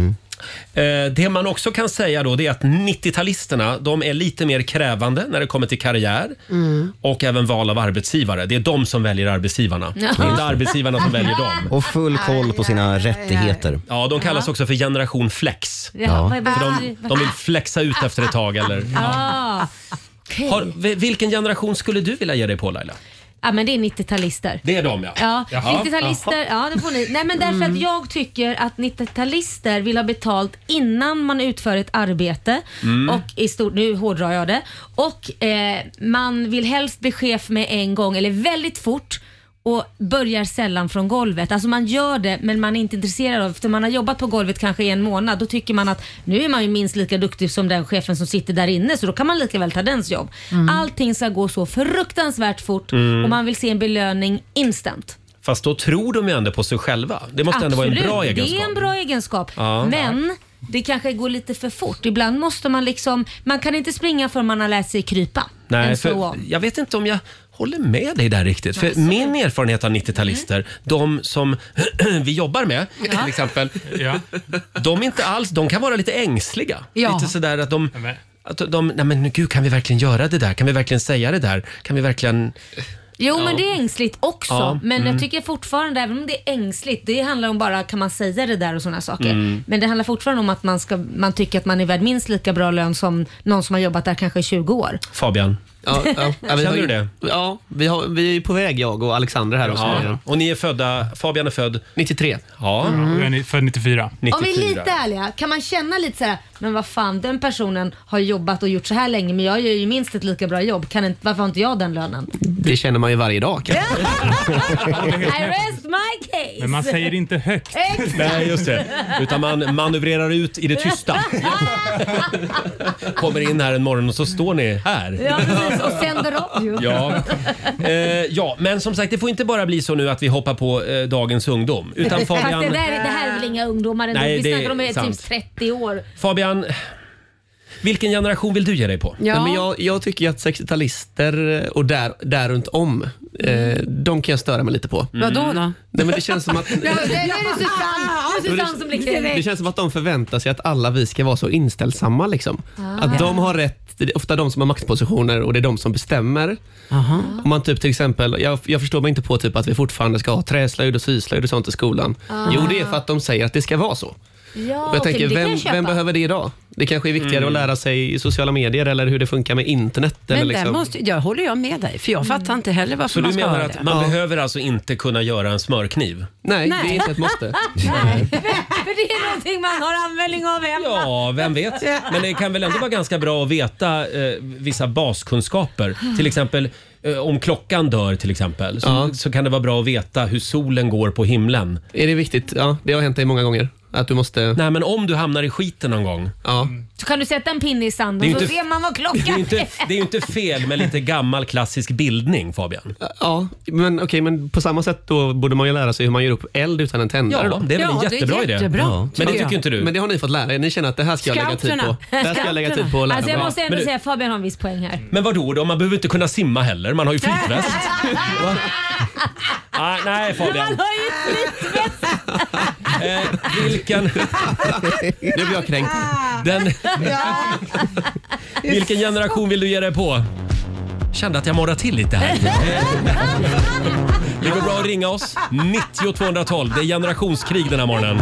Eh, det man också kan säga då det är att nittio-talisterna de är lite mer krävande när det kommer till karriär Mm. och även val av arbetsgivare. Det är de som väljer arbetsgivarna. Ja. Det är inte arbetsgivarna som väljer dem. Och full koll på sina rättigheter. Ja, de kallas också för generation flex. Ja, vad För betyder de, de vill flexa ut efter ett tag. Eller, ja. Ah, okej. Har, vi- vilken generation skulle du vilja ge dig på, Laila? Ja, men det är nittio-talister. Det är de, ja. Ja, Jaha. nittio-talister, ja det får ni. Nej men därför att jag tycker att nittio-talister vill ha betalt innan man utför ett arbete. Mm. Och i stort, nu hårdrar jag det. Och eh, man vill helst bli chef med en gång eller väldigt fort. och börjar sällan från golvet. Alltså man gör det, men man är inte intresserad av, för man har jobbat på golvet kanske i en månad. Då tycker man att nu är man ju minst lika duktig som den chefen som sitter där inne, så då kan man lika väl ta dens jobb. Mm. Allting ska gå så fruktansvärt fort mm. och man vill se en belöning instant. Fast då tror de ju ändå på sig själva. Det måste Absolut, ändå vara en bra egenskap. Det är en bra egenskap. Ja. Men det kanske går lite för fort. Ibland måste man liksom, man kan inte springa för man har lärt sig krypa. Nej, för jag vet inte om jag håller med dig där riktigt. För alltså. Min erfarenhet av nittio-talister, mm. de som vi jobbar med ja. till exempel, ja. de är inte alls, de kan vara lite ängsliga. Ja. Lite sådär att de, att de, nej men gud, kan vi verkligen göra det där? Kan vi verkligen säga det där? Kan vi verkligen... Jo, ja. men det är ängsligt också. Ja, men mm. jag tycker fortfarande, även om det är ängsligt, det handlar om bara, kan man säga det där och sådana saker. Mm. Men det handlar fortfarande om att man, ska, man tycker att man är värd minst lika bra lön som någon som har jobbat där kanske i tjugo år. Fabian? Ja, ja. Ja, känner du det? Ja, vi, har, vi är på väg, jag och Alexander här. Och, ja. och ni är födda, Fabian är född nittiotre. Ja. Mm. Och jag är född nittiofyra. Om vi är lite ärliga, kan man känna lite så här, men vad fan, den personen har jobbat och gjort så här länge, men jag gör ju minst ett lika bra jobb. Kan inte, varför har inte jag den lönen? Det känner man ju varje dag. I rest my case. Men man säger inte högt. Nej, just det. Utan man manövrerar ut i det tysta. Kommer in här en morgon och så står ni här. Ja, precis. Och sänder radio. Ja. Eh, ja, men som sagt, det får inte bara bli så nu att vi hoppar på eh, dagens ungdom. Utan Fabian... det, där, det här är väl inga ungdomar ändå. Nej, vi snackar om är typ trettio år. Fabian, vilken generation vill du ge dig på? Ja. Nej, men jag, jag tycker ju att sextiotalister och där, där runt om, eh, de kan jag störa mig lite på. Mm. Vadå då? Nej, men det känns som att... ja, det, det är Susanne, det är Susanne som blir krävd. Det känns som att de förväntar sig att alla vi ska vara så inställsamma liksom. Ah. Att de har rätt, det är ofta de som har maktpositioner och det är de som bestämmer. Aha. Om man typ till exempel, jag, jag förstår mig inte på typ att vi fortfarande ska ha träslöjd och syslöjd och sånt i skolan. Ah. Jo, det är för att de säger att det ska vara så. Ja, och jag tänker, vem, vem behöver det idag? Det kanske är viktigare mm. att lära sig i sociala medier eller hur det funkar med internet. Men eller liksom. liksom. måste, jag håller jag med dig, för jag fattar mm. inte heller varför så man ska ska ha det. Så du menar att man ja. behöver alltså inte kunna göra en smörkniv? Nej, Nej. det är inte ett måste. Nej, för det är någonting man har användning av hemma. Ja, vem vet. Men det kan väl ändå vara ganska bra att veta eh, vissa baskunskaper. Till exempel eh, om klockan dör till exempel. Så, ja. så kan det vara bra att veta hur solen går på himlen. Är det viktigt? Ja, det har hänt dig många gånger. Att du måste... Nej, men om du hamnar i skiten någon gång. Ja. Så kan du sätta en pinne i sanden och så ser man vad klockan det är. Inte, det är ju inte fel med lite gammal klassisk bildning, Fabian. Ja, men okej, okay, men på samma sätt då borde man ju lära sig hur man gör upp eld utan en tändare. Ja, då. det är väl ja, en jättebra idé. Jättebra. Ja. Men det tycker inte du. Men det har ni fått lära er. Ni känner att det här ska jag lägga tid på. Det här ska jag lägga tid på att lära alltså jag mig. måste ändå du... säga att Fabian har en viss poäng här. Men vadå då? Man behöver inte kunna simma heller. Man har ju flytväst. ah, nej, Fabian. Man har ju flytväst. eh, vilken... Nu blir jag kränkt. Den... Vilken generation vill du ge dig på? Kände att jag morrar till lite här. Det går bra att ringa oss. nittio tvåhundratolv. Det är generationskrig den här morgonen.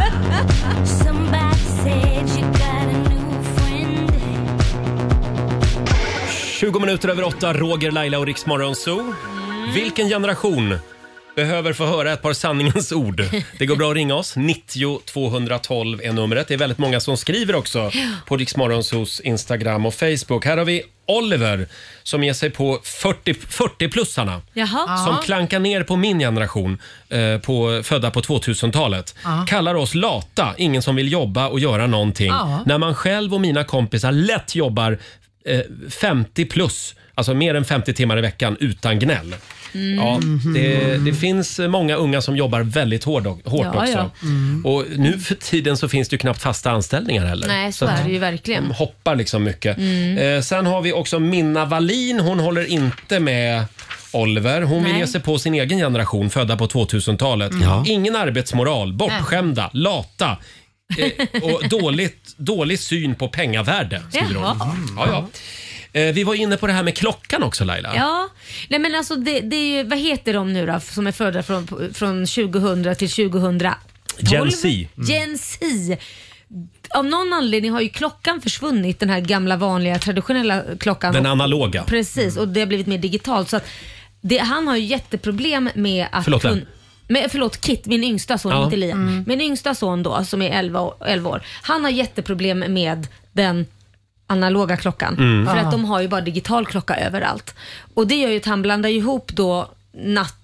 tjugo minuter över åtta. Roger, Laila och Riks Morgonzoo. Vilken generation behöver få höra ett par sanningens ord? Det går bra att ringa oss. nittio tvåhundratolv är numret. Det är väldigt många som skriver också på Riks Morgonzoos Instagram och Facebook. Här har vi Oliver som ger sig på fyrtio-plussarna. Jaha. Som klankar ner på min generation, eh, på, födda på tvåtusentalet. Ja. Kallar oss lata, ingen som vill jobba och göra någonting. Ja. När man själv och mina kompisar lätt jobbar eh, femtio plus, alltså mer än femtio timmar i veckan utan gnäll. Mm. Ja, det, det finns många unga som jobbar väldigt hård, hårt ja, också. Ja. Mm. Och nu för tiden så finns det ju knappt fasta anställningar heller. Nej, så, så är det ju verkligen. De hoppar liksom mycket. Mm. Eh, sen har vi också Minna Wallin. Hon håller inte med Oliver. Hon Nej. vill ge sig på sin egen generation, födda på tvåtusentalet. Mm. Ja. Ingen arbetsmoral, bortskämda, lata eh, och dåligt, dålig syn på pengavärde, skriver hon. Jaha. Ja, ja. Eh, vi var inne på det här med klockan också, Laila. Ja, nej men alltså det, det är ju, vad heter de nu då som är födda från, från tjugohundra till tjugohundratolv? Gen Z. Mm. Gen Z. Av någon anledning har ju klockan försvunnit, den här gamla vanliga traditionella klockan. Den analoga. Precis, och det har blivit mer digitalt. Så att det, han har ju jätteproblem med att... Förlåt, kun, med, förlåt, Kit, min yngsta son, ja. inte Lia. Mm. Min yngsta son då, som är elva år, han har jätteproblem med den analoga klockan. Mm. För att de har ju bara digital klocka överallt. Och det gör ju att han blandar ihop då natt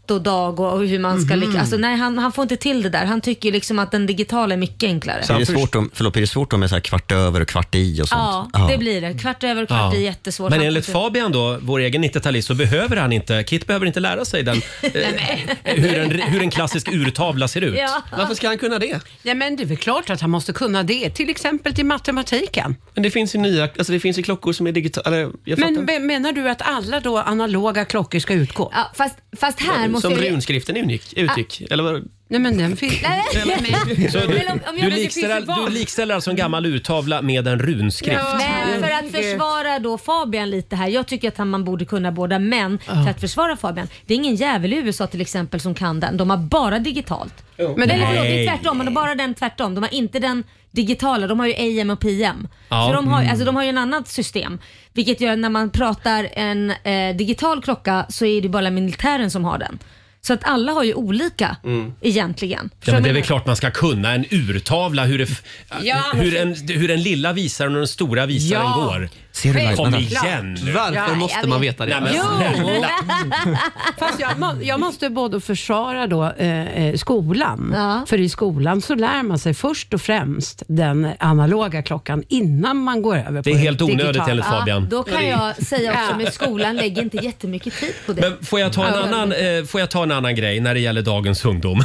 och dag och hur man ska Mhm. lyckas. Alltså, nej, han, han får inte till det där. Han tycker liksom att den digitala är mycket enklare. Så är det svårt om, förlåt, är det svårt om med så här kvart över och kvart i och sånt? Ja, det blir det. Kvart över och kvart Ja. i är jättesvårt. Men Han enligt får inte- Fabian då, vår egen nittiotalist, så behöver han inte, Kit behöver inte lära sig den, eh, hur, en, hur en klassisk urtavla ser ut. Ja. Varför ska han kunna det? Ja, men det är väl klart att han måste kunna det. Till exempel till matematiken. Men det finns ju nya, alltså det finns ju klockor som är digitala. Jag Men fattar. me- menar du att alla då analoga klockor ska utgå? Ja, fast, fast här måste Som jag... runskriften utgick, utgick. Eller vad? Nej, men den finns... Så du, Men om- om jag du, vet, det likställer, finns ju val. du likställer alltså en gammal urtavla med en runskrift. Men för att försvara då Fabian lite här. Jag tycker att han, man borde kunna båda, men för att försvara Fabian. Det är ingen jävel i U S A till exempel som kan den. De har bara digitalt. Men Men det- Eller, förlåt, det Nej. är tvärtom. Men de har bara den tvärtom. De har inte den digitala. De har ju A M och P M. Ja. Så de har, Mm. alltså, de har ju en annat system. Vilket gör när man pratar en eh, digital klocka så är det bara militären som har den. Så att alla har ju olika Mm. egentligen. Ja, men det är väl Jag klart man ska kunna en urtavla, hur, det f- Ja, hur, en, hur den lilla visaren och den stora visaren Ja. går. Ser du Kom Laila? igen nu. Varför Ja, måste jag man vet. veta det? Nej, men Jo. snälla. Fast jag, må, jag måste både försvara då, eh, eh, skolan. Ja. För i skolan så lär man sig först och främst den analoga klockan innan man går över på Det är helt den onödigt digitala. enligt Fabian. Då kan jag säga också Ja. med skolan lägger inte jättemycket tid på det. Men får jag, ta en Ja. annan, eh, får jag ta en annan grej när det gäller dagens ungdom?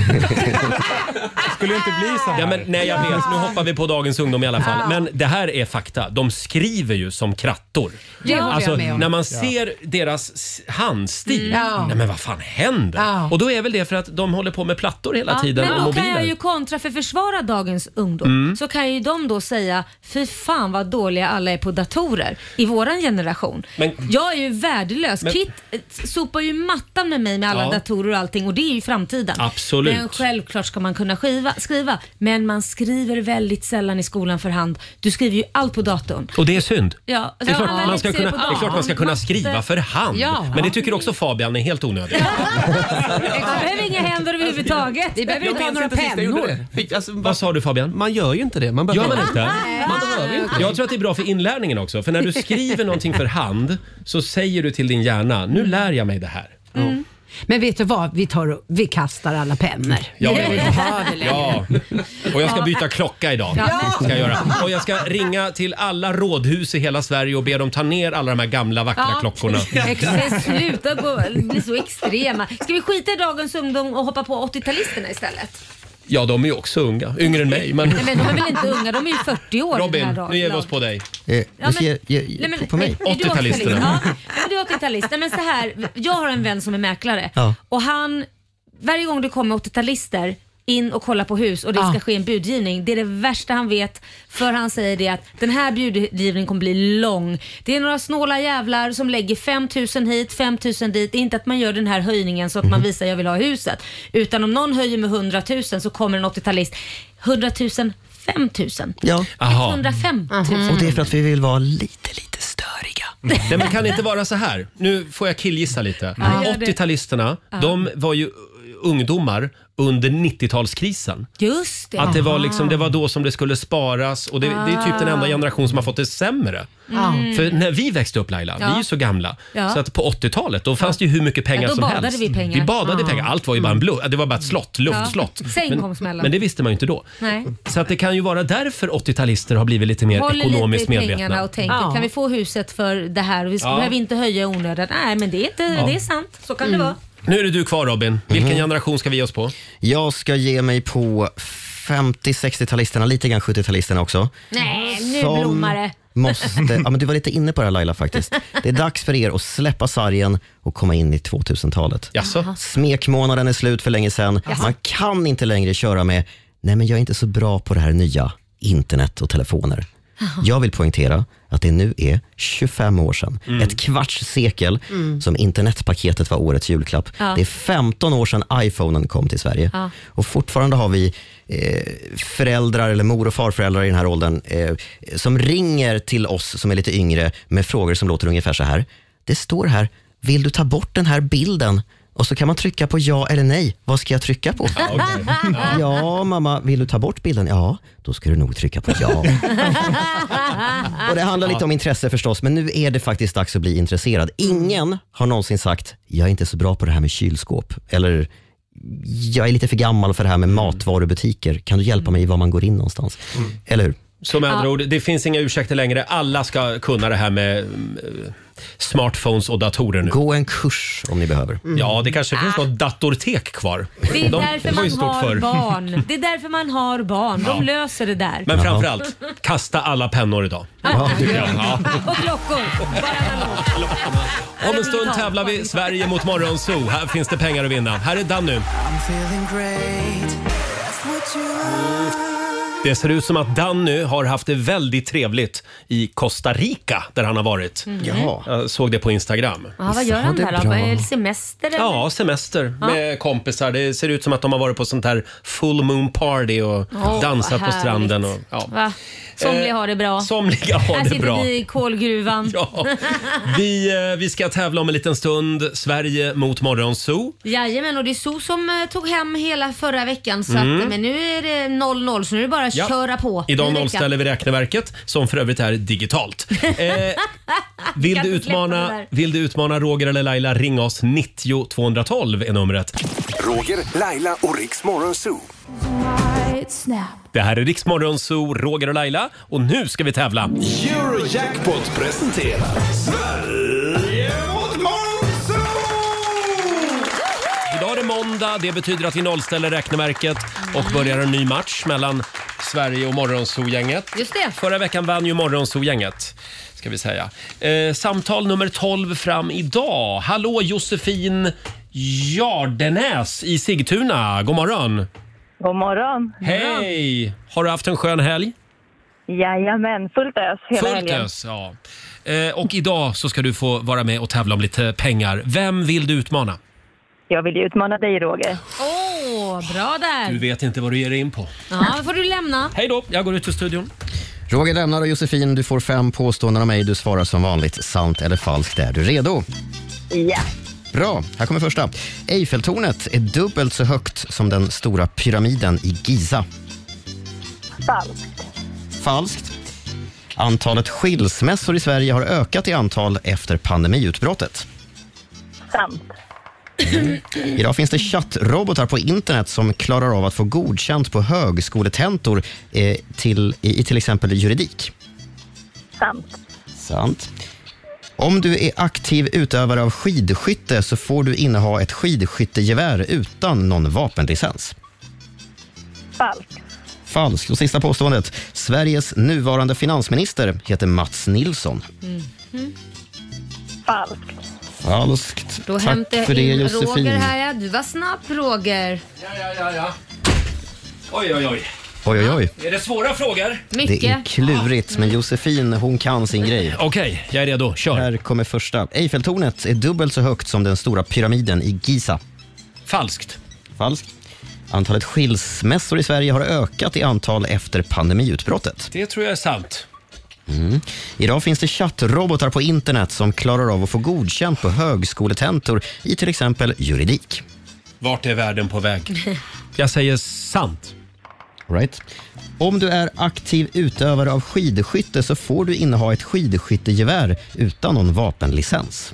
Skulle inte bli så här. Ja, men, nej, jag vet. Nu hoppar vi på dagens ungdom i alla fall. Ja. Men det här är fakta. De skriver ju som krattor. Det håller Alltså, jag med om. när man ser deras s- handstil. Mm. Ja. Nej, men vad fan händer? Ja. Och då är väl det för att de håller på med plattor hela tiden men och då kan mobiler. jag ju kontra för att försvara dagens ungdom. Mm. Så kan ju de då säga, fy fan vad dåliga alla är på datorer i våran generation. Men- jag är ju värdelös. Men- Kit eh, sopar ju mattan med mig med alla Ja. datorer och allting och det är ju framtiden. Absolut. Men självklart ska man kunna skriva, skriva. Men man skriver väldigt sällan i skolan för hand. Du skriver ju allt på datorn. Och det är synd. Ja, Det är, klart alla man ska läxor kunna, på det är klart man ska datorn. kunna Matte. skriva för hand. Ja. Men det tycker också Fabian är helt onödigt. Jag behöver inga händer överhuvudtaget. Vi behöver Jag inte ha minns några inte sist jag gjorde pennor. det. Fick- Alltså, Vad sa du Fabian? man gör ju inte det. Man Gör behöver- man inte? Man behöver ju inte det. Jag tror att det är bra för inlärningen också. För när du skriver någonting för hand så säger du till din hjärna, nu lär jag mig det här. Mm. Men vet du vad? Vi, tar och, vi kastar alla pennor. Ja, Vi behöver inte ha det längre. Ja, och jag ska byta klocka idag. Ja. Ska jag göra. Och jag ska ringa till alla rådhus i hela Sverige och be dem ta ner alla de här gamla vackra Ja. klockorna. Exakt, sluta gå, bli så extrema. Ska vi skita i dagens ungdom och hoppa på åttio-talisterna istället? Ja, de är ju också unga. Yngre än mig. Men... Nej, men de är väl inte unga, de är ju fyrtio år. Robin, den här dagen. nu ger vi oss på dig. Eh, Ja, du ska men- ge, ge, Nej, men- på, på mig? är du åttio-talisterna. åttio-talist? Ja, men du är åttio-talist. Nej, men så här, jag har en vän som är mäklare Ja. och han, varje gång det kommer åttio-talister in och kolla på hus och det Ja. ska ske en budgivning, det är det värsta han vet, för han säger det att den här budgivningen kommer bli lång. Det är några snåla jävlar som lägger fem tusen hit, fem tusen dit. Det är inte att man gör den här höjningen så att man visar jag vill ha huset, utan om någon höjer med hundra tusen så kommer en åttio-talist hundra tusen, fem tusen, Ja. Aha. etthundrafem tusen. Och det är för att vi vill vara lite, lite störiga. Nej, men kan det inte vara så här? Nu får jag killgissa lite. Ja, gör det. åttio-talisterna, de var ju ungdomar under nittiotalskrisen. Just det. Att det var, liksom, det var då som det skulle sparas och det, det är typ den enda generation som har fått det sämre. Mm. För när vi växte upp Laila, Ja. vi är ju så gamla, Ja. så att på åttiotalet då fanns det ju hur mycket pengar Ja, då som badade helst. vi pengar. Vi badade Ja. pengar, allt var ju bara en bluff. Det var bara ett slott, luftslott. Ja. Säg inkomstsmällan. Men, men det visste man ju inte då. Nej. Så att det kan ju vara därför åttio-talister har blivit lite mer Håller ekonomiskt lite i pengarna medvetna. och tänker, Ja. kan vi få huset för det här? Vi Ja. behöver inte höja i onödan. Nej, men det är, inte, Ja. det är sant. Så kan det vara. Nu är det du kvar Robin. Vilken generation ska vi ge oss på? Jag ska ge mig på femtio-sextio-talisterna, lite grann sjuttio-talisterna också. Nej, nu Som blommar det. Måste, ja, men du var lite inne på det här Laila faktiskt. Det är dags för er att släppa sargen och komma in i tvåtusentalet. Jaså? Smekmånaden är slut för länge sedan. Man kan inte längre köra med, nej men jag är inte så bra på det här nya, internet och telefoner. Jag vill poängtera att det nu är tjugofem år sedan, Mm. ett kvarts sekel Mm. som internetpaketet var årets julklapp. Ja. Det är femton år sedan iPhonen kom till Sverige. Ja. Och fortfarande har vi eh, föräldrar eller mor- och farföräldrar i den här åldern eh, som ringer till oss som är lite yngre med frågor som låter ungefär så här. Det står här, vill du ta bort den här bilden Och så kan man trycka på ja eller nej. Vad ska jag trycka på? Ja, okay. ja. ja, mamma, vill du ta bort bilden? Ja, då ska du nog trycka på ja. Och det handlar lite om intresse förstås, men nu är det faktiskt dags att bli intresserad. Ingen har någonsin sagt, jag är inte så bra på det här med kylskåp. Eller, jag är lite för gammal för det här med matvarubutiker. Kan du hjälpa mig i var man går in någonstans? Mm. Eller hur? Så med andra ja. ord, det finns inga ursäkter längre. Alla ska kunna det här med smartphones och datorer nu. Gå en kurs om ni behöver. Mm. Ja, det kanske finns något datortek kvar. Det är De, därför man har för. barn. Det är därför man har barn. De ja. löser det där. Men framförallt, kasta alla pennor idag. Ja, ja. Och klockor. Om en stund tävlar vi Sverige mot Morgonzoo. Här finns det pengar att vinna. Här är Danny. Det ser ut som att Danny har haft det väldigt trevligt i Costa Rica där han har varit. Mm. Ja. Jag såg det på Instagram. Ja, vad gör han där då? Är det semester? Eller? Ja, semester ja. med kompisar. Det ser ut som att de har varit på sånt här full moon party och oh, dansat på stranden. Och, ja. Va? Somliga har det bra. Somliga har här det bra. Här sitter vi i kolgruvan. Ja. Vi, vi ska tävla om en liten stund. Sverige mot Morgonzoo. Jajamän, och det är Zoo som tog hem hela förra veckan. Så Mm. att, men nu är det noll noll, så nu är det bara att Ja. köra på. Idag nollställer vi räkneverket, som för övrigt är digitalt. Eh, vill, du utmana, vill du utmana Roger eller Laila, ring oss. nittio tvåhundratolv är numret. Roger, Laila och Riks Morgonzoo. Det här är Riks Morgonzoo, Roger och Laila. Och nu ska vi tävla. Eurojackpot presenterar Sverige mot Morgonzoo! Idag är det måndag, det betyder att vi nollställer räkneverket och börjar en ny match mellan Sverige och Morgonzoo-gänget. Just det. Förra veckan vann ju Morgonzoo-gänget, ska vi säga. Eh, samtal nummer tolv fram idag. Hallå Josefin Jardenäs i Sigtuna. God morgon. God morgon. Hej! Har du haft en skön helg? Jajamän, fullt ös hela Fullt helgen. ös, ja. Eh, och idag så ska du få vara med och tävla om lite pengar. Vem vill du utmana? Jag vill ju utmana dig, Roger. Åh, oh, bra där. Du vet inte vad du ger dig in på. Ja, då får du lämna. Hej då, jag går ut ur studion. Roger lämnar och Josefin, du får fem påståenden av mig. Du svarar som vanligt sant eller falskt. Är du redo? Ja. Bra, här kommer första. Eiffeltornet är dubbelt så högt som den stora pyramiden i Giza. Falskt. Falskt. Antalet skilsmässor i Sverige har ökat i antal efter pandemiutbrottet. Sant. Mm. Idag finns det chattrobotar på internet som klarar av att få godkänt på högskoletentor eh, till, i, i till exempel juridik. Sant. Sant. Om du är aktiv utövare av skidskytte så får du inneha ett skidskyttegevär utan någon vapenlicens. Falskt. Falskt. Och sista påståendet. Sveriges nuvarande finansminister heter Mats Nilsson. Mm. Mm. Falskt. Falskt. Då Tack hämtar för det, in Josefin. Roger här. Ja. Du var snabb, Roger. Ja, ja, ja, ja. Oj, oj, oj. Oj, oj, oj. Är det svåra frågor? Mycket. Det är klurigt, men Josefin, hon kan sin grej. Okej, okay, jag är redo. Kör. Här kommer första. Eiffeltornet är dubbelt så högt som den stora pyramiden i Giza. Falskt. Falskt. Antalet skilsmässor i Sverige har ökat i antal efter pandemiutbrottet. Det tror jag är sant. Mm. Idag finns det chattrobotar på internet som klarar av att få godkänt på högskoletentor i till exempel juridik. Vart är världen på väg? Jag säger sant. Right. Om du är aktiv utövare av skidskytte så får du inneha ett skidskyttegevär utan någon vapenlicens.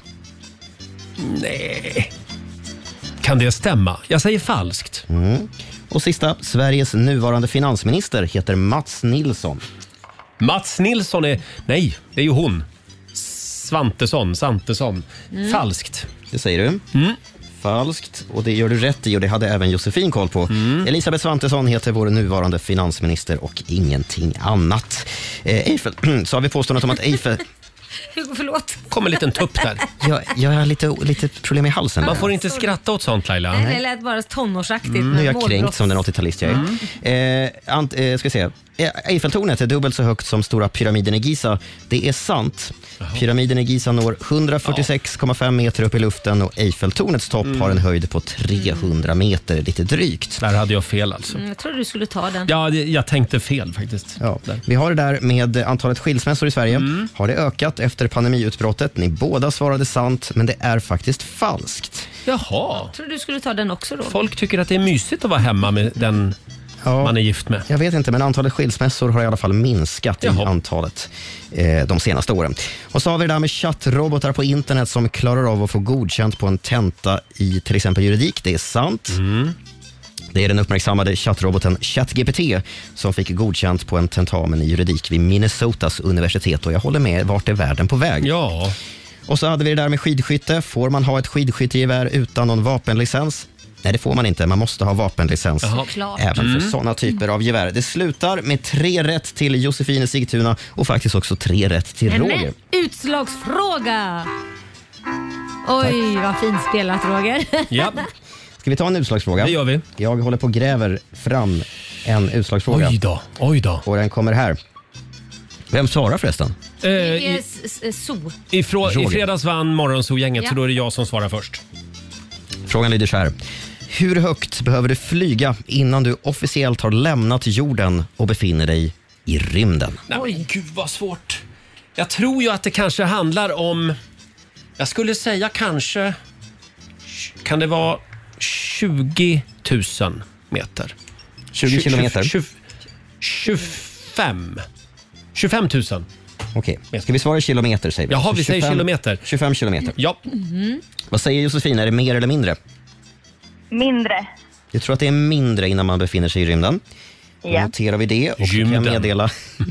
Nej. Kan det stämma? Jag säger falskt. Mm. Och sista, Sveriges nuvarande finansminister heter Mats Nilsson. Mats Nilsson är... Nej, det är ju hon. Svantesson, Santesson. Mm. Falskt. Det säger du. Mm. Falskt. Och det gör du rätt i och det hade även Josefin koll på. Mm. Elisabeth Svantesson heter vår nuvarande finansminister och ingenting annat. Eh, Eiffel, så har vi påståendet om att Eiffel... Förlåt. Kom en liten tupp där. Jag, jag har lite, lite problem i halsen. Man får inte skratta åt sånt, Laila. Nej, det lät bara tonårsaktigt. Mm. Nu är jag kränkt som den åttiotalist jag är. Mm. Eh, ant, eh, ska se. Eiffeltornet är dubbelt så högt som stora pyramiden i Giza. Det är sant. Jaha. Pyramiden i Giza når hundrafyrtiosex komma fem meter upp i luften och Eiffeltornets topp mm. har en höjd på trehundra meter, lite drygt. Där hade jag fel alltså. Mm, jag trodde du skulle ta den. Ja, det, jag tänkte fel faktiskt. Ja. Vi har det där med antalet skilsmässor i Sverige. Mm. Har det ökat efter pandemiutbrottet. Ni båda svarade sant, men det är faktiskt falskt. Jaha. Jag tror du skulle ta den också då. Folk tycker att det är mysigt att vara hemma med den ja, man är gift med. Jag vet inte, men antalet skilsmässor har i alla fall minskat Jaha. i antalet eh, de senaste åren. Och så har vi det där med chattrobotar på internet som klarar av att få godkänt på en tenta i till exempel juridik. Det är sant. Mm. Det är den uppmärksammade chattroboten ChatGPT som fick godkänt på en tentamen i juridik vid Minnesotas universitet. Och jag håller med, vart är världen på väg? Ja. Och så hade vi det där med skidskytte. Får man ha ett skidskyttegevär utan någon vapenlicens? Nej, det får man inte. Man måste ha vapenlicens. Jaha. Även Mm. för sådana typer av gevär. Det slutar med tre rätt till Josefin i Sigtuna och faktiskt också tre rätt till En Roger. utslagsfråga. Oj, vad fint spelat, Roger. Ja. Ska vi ta en utslagsfråga? Det gör vi. Jag håller på och gräver fram en utslagsfråga. Oj då, oj då. Och den kommer här. Vem svarar förresten? Eh, Det är i, s- s- so. i, frå, I Roger. fredags vann Morgonzoo-gänget, Ja. så då är det jag som svarar först. Frågan lyder så här. Hur högt behöver du flyga innan du officiellt har lämnat jorden och befinner dig i rymden? Nej, men gud vad svårt. Jag tror ju att det kanske handlar om... Jag skulle säga kanske... Kan det vara tjugo tusen meter? tjugo kilometer. tjugo, tjugofem. tjugofem tusen. Okej, ska vi svara kilometer säger vi? Jaha, vi säger tjugofem kilometer. tjugofem kilometer. Ja. Mm. Vad säger Josefin, är det mer eller mindre? Mindre. Jag tror att det är mindre innan man befinner sig i rymden. Då Ja. noterar vi det och då kan jag Rymden. meddela,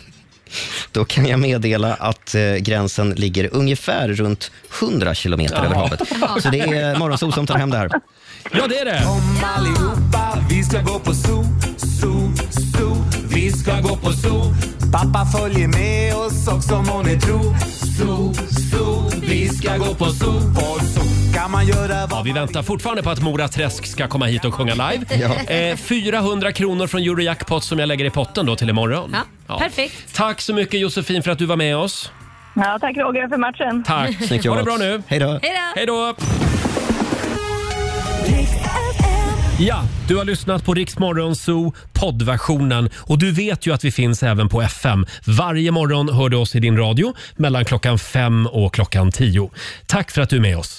då kan jag meddela att eh, gränsen ligger ungefär runt hundra kilometer Ja. över havet. Så det är Morgonzoo som tar hem det här. Ja, det är det. Kom allihopa, vi ska gå på zoo, zoo, zoo. Vi ska gå på zoo. Pappa följer med oss också må ni tro. Zoo, zoo. Vi ska gå på zoo. Och så kan man göra vad Ja, vi väntar fortfarande på att Mora Träsk ska komma hit och sjunga live. Ja. Eh, fyrahundra kronor från Eurojackpot som jag lägger i potten då till imorgon. Ja, perfekt. Tack så mycket Josefin för att du var med oss. Ja, tack Roger för matchen. Tack. Snyggt Ha det jobbat. bra nu. Hej då. Hej då. Hej då. Ja, du har lyssnat på Rix Morgonzoo poddversionen och du vet ju att vi finns även på F M. Varje morgon hör du oss i din radio mellan klockan fem och klockan tio. Tack för att du är med oss.